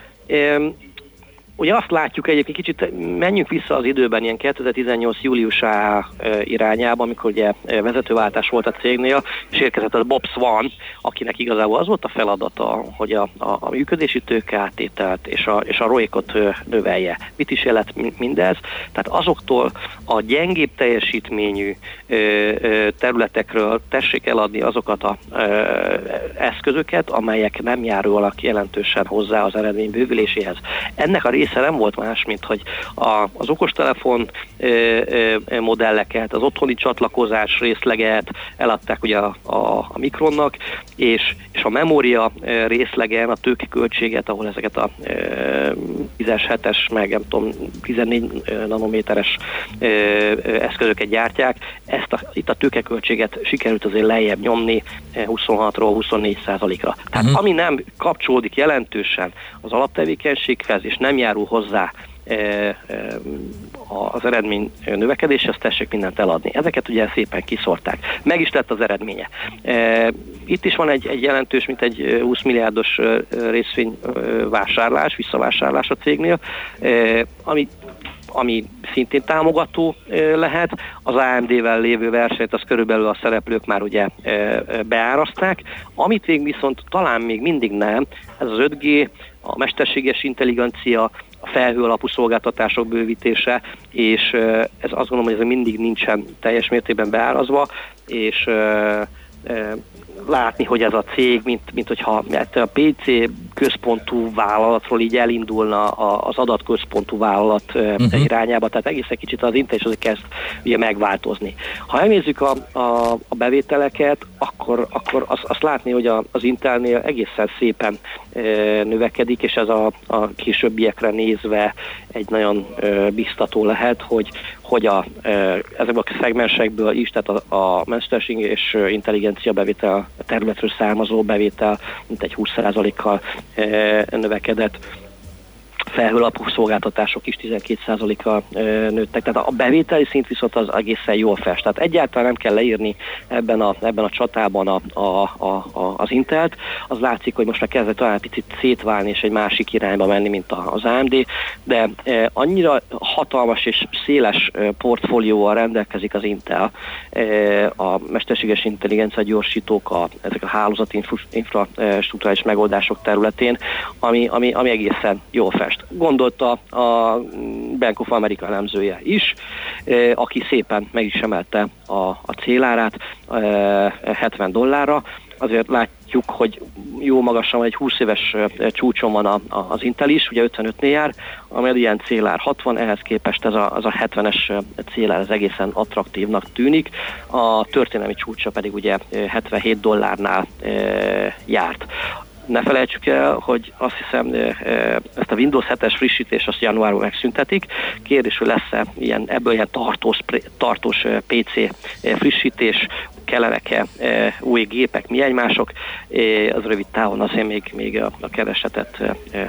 Ugye azt látjuk egyébként, kicsit menjünk vissza az időben, ilyen 2018. júliusá irányába, amikor ugye vezetőváltás volt a cégnél, és érkezett a Bob Swan, akinek igazából az volt a feladata, hogy a működési tőkeáttételt és a ROIC-ot növelje. Mit is jelent mindez? Tehát azoktól a gyengébb teljesítményű területekről tessék eladni azokat az eszközöket, amelyek nem járulnak jelentősen hozzá az eredmény bővüléséhez. Ennek a része nem volt más, mint hogy az okostelefon modelleket, az otthoni csatlakozás részleget eladták ugye a Micronnak, és a memória részlegen a tőkeköltséget, ahol ezeket a 10-es, 7-es, meg nem tudom, 14 nanométeres eszközöket gyártják, itt a tőkeköltséget sikerült azért lejjebb nyomni 26-ról 24%-ra. Tehát ami nem kapcsolódik jelentősen az alaptevékenységhez, és nem járul hozzá az eredmény növekedéshez, tessék mindent eladni. Ezeket ugye szépen kiszórták. Meg is lett az eredménye. Itt is van egy jelentős, mint egy 20 milliárdos részvényvásárlás, visszavásárlás a cégnél, ami szintén támogató lehet. Az AMD-vel lévő versenyt, az körülbelül a szereplők már ugye beáraszták. Amit viszont talán még mindig nem, ez az 5G, a mesterséges intelligencia, a felhő alapú szolgáltatások bővítése, és ez azt gondolom, hogy ez mindig nincsen teljes mértékben beárazva, és látni, hogy ez a cég, mint hogyha a PC központú vállalatról így elindulna az adatközpontú vállalat irányába, tehát egészen kicsit az Intel is azért kezd ugye megváltozni. Ha elnézzük a bevételeket, akkor azt látni, hogy az Intelnél egészen szépen növekedik, és ez a későbbiekre nézve egy nagyon biztató lehet, hogy ezekből a szegmensekből is, tehát a mesterség és intelligencia bevétel, a területről származó bevétel mintegy 20%-kal növekedett, felhőalapú szolgáltatások is 12%-kal nőttek. Tehát a bevételi szint viszont az egészen jól fest. Tehát egyáltalán nem kell leírni ebben a csatában az Intelt. Az látszik, hogy most már kezdett talán picit szétválni és egy másik irányba menni, mint az AMD, de annyira hatalmas és széles portfólióval rendelkezik az Intel, a mesterséges intelligencia gyorsítók, ezek a hálózati infrastruktúrális megoldások területén, ami egészen jól fest. Gondolta a Bank of America elemzője is, aki szépen meg is emelte a célárát $70. Azért látjuk, hogy jó magasan van, egy 20 éves csúcson van az Intel is, ugye 55-nél jár, amely ilyen célár 60, ehhez képest ez a 70-es célár ez egészen attraktívnak tűnik, a történelmi csúcsa pedig ugye $77 járt. Ne felejtsük el, hogy azt hiszem ezt a Windows 7-es frissítést azt januárban megszüntetik. Kérdés, hogy lesz-e ebből ilyen tartós PC frissítés, kellenek-e új gépek, mi egymások, az rövid távon azért még a keresletet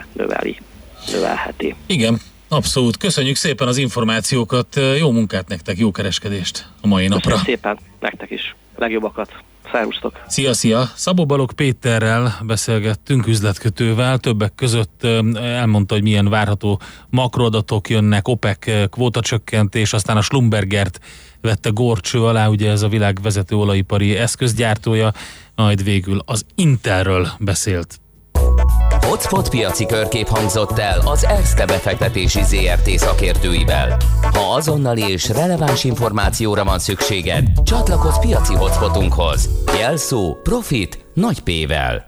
növelheti. Igen, abszolút. Köszönjük szépen az információkat, jó munkát nektek, jó kereskedést a mai napra. Köszönjük szépen, nektek is. Legjobbakat. Szervusztok! Szia! Szabó Balogh Péterrel beszélgettünk, üzletkötővel, többek között elmondta, hogy milyen várható makroadatok jönnek, OPEC kvótacsökkentés, aztán a Schlumbergert vette górcső alá, ugye ez a világ vezető olajipari eszközgyártója, majd végül az Intelről beszélt. Hotspot piaci körkép hangzott el az Erste befektetési ZRT szakértőivel. Ha azonnali és releváns információra van szükséged, csatlakozz piaci hotspotunkhoz. Jelszó Profit nagy P-vel.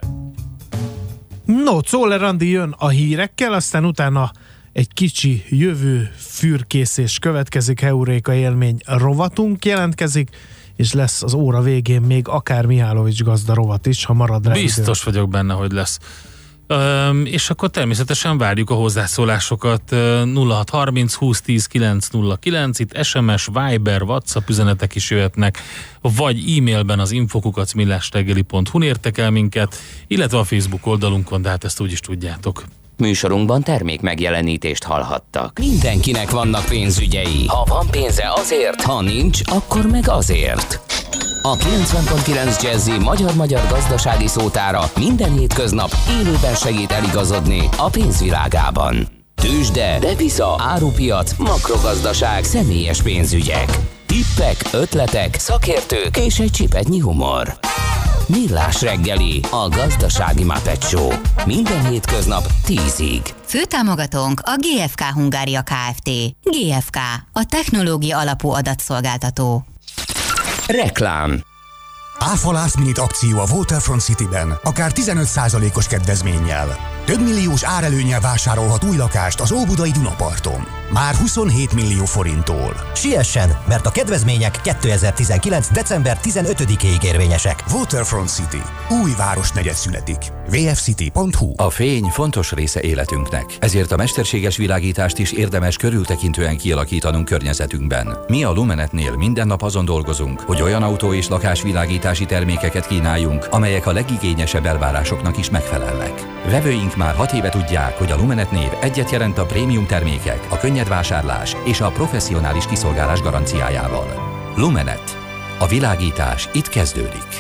No, Czoller Andi jön a hírekkel, aztán utána egy kicsi jövő fürkészés következik, Heuréka élmény rovatunk jelentkezik, és lesz az óra végén még akár Mihálovics gazda rovat is, ha marad rá Biztos idő. Vagyok benne, hogy lesz. És akkor természetesen várjuk a hozzászólásokat 0630 2010 909, itt SMS, Viber, WhatsApp üzenetek is jöhetnek, vagy e-mailben az info@millásreggeli.hu-n értek el minket, illetve a Facebook oldalunkon, de hát ezt úgyis tudjátok. Műsorunkban termék megjelenítést hallhattak. Mindenkinek vannak pénzügyei. Ha van pénze azért, ha nincs, akkor meg azért. A 90.9 Jazzy magyar gazdasági szótára minden hétköznap élőben segít eligazodni a pénzvilágában. Tőzsde, depisza, árupiac, makrogazdaság, személyes pénzügyek. Tippek, ötletek, szakértők és egy csipetnyi humor. Millás reggeli, a gazdasági Muppet Show. Minden hétköznap 10-ig. Főtámogatónk a GFK Hungária Kft. GFK, a technológia alapú adatszolgáltató. Reklám. Áfa Last Minute akció a Waterfront Cityben, akár 15%-os kedvezménnyel. Több milliós árelőnnyel vásárolhat új lakást az óbudai Dunaparton. Már 27 millió forinttól. Siessen, mert a kedvezmények 2019. december 15-ig érvényesek. Waterfront City. Új városnegyed születik. vfcity.hu. A fény fontos része életünknek, ezért a mesterséges világítást is érdemes körültekintően kialakítanunk környezetünkben. Mi a Lumenetnél minden nap azon dolgozunk, hogy olyan autó- és lakásvilágítási termékeket kínáljunk, amelyek a legigényesebb elvárásoknak is megfelelnek. Vevőink már 6 éve tudják, hogy a Lumenet név egyet jelent a prémium termékek, a könnyed vásárlás és a professzionális kiszolgálás garanciájával. Lumenet. A világítás itt kezdődik.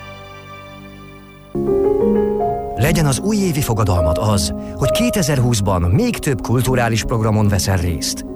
Legyen az újévi fogadalmad az, hogy 2020-ban még több kulturális programon veszel részt.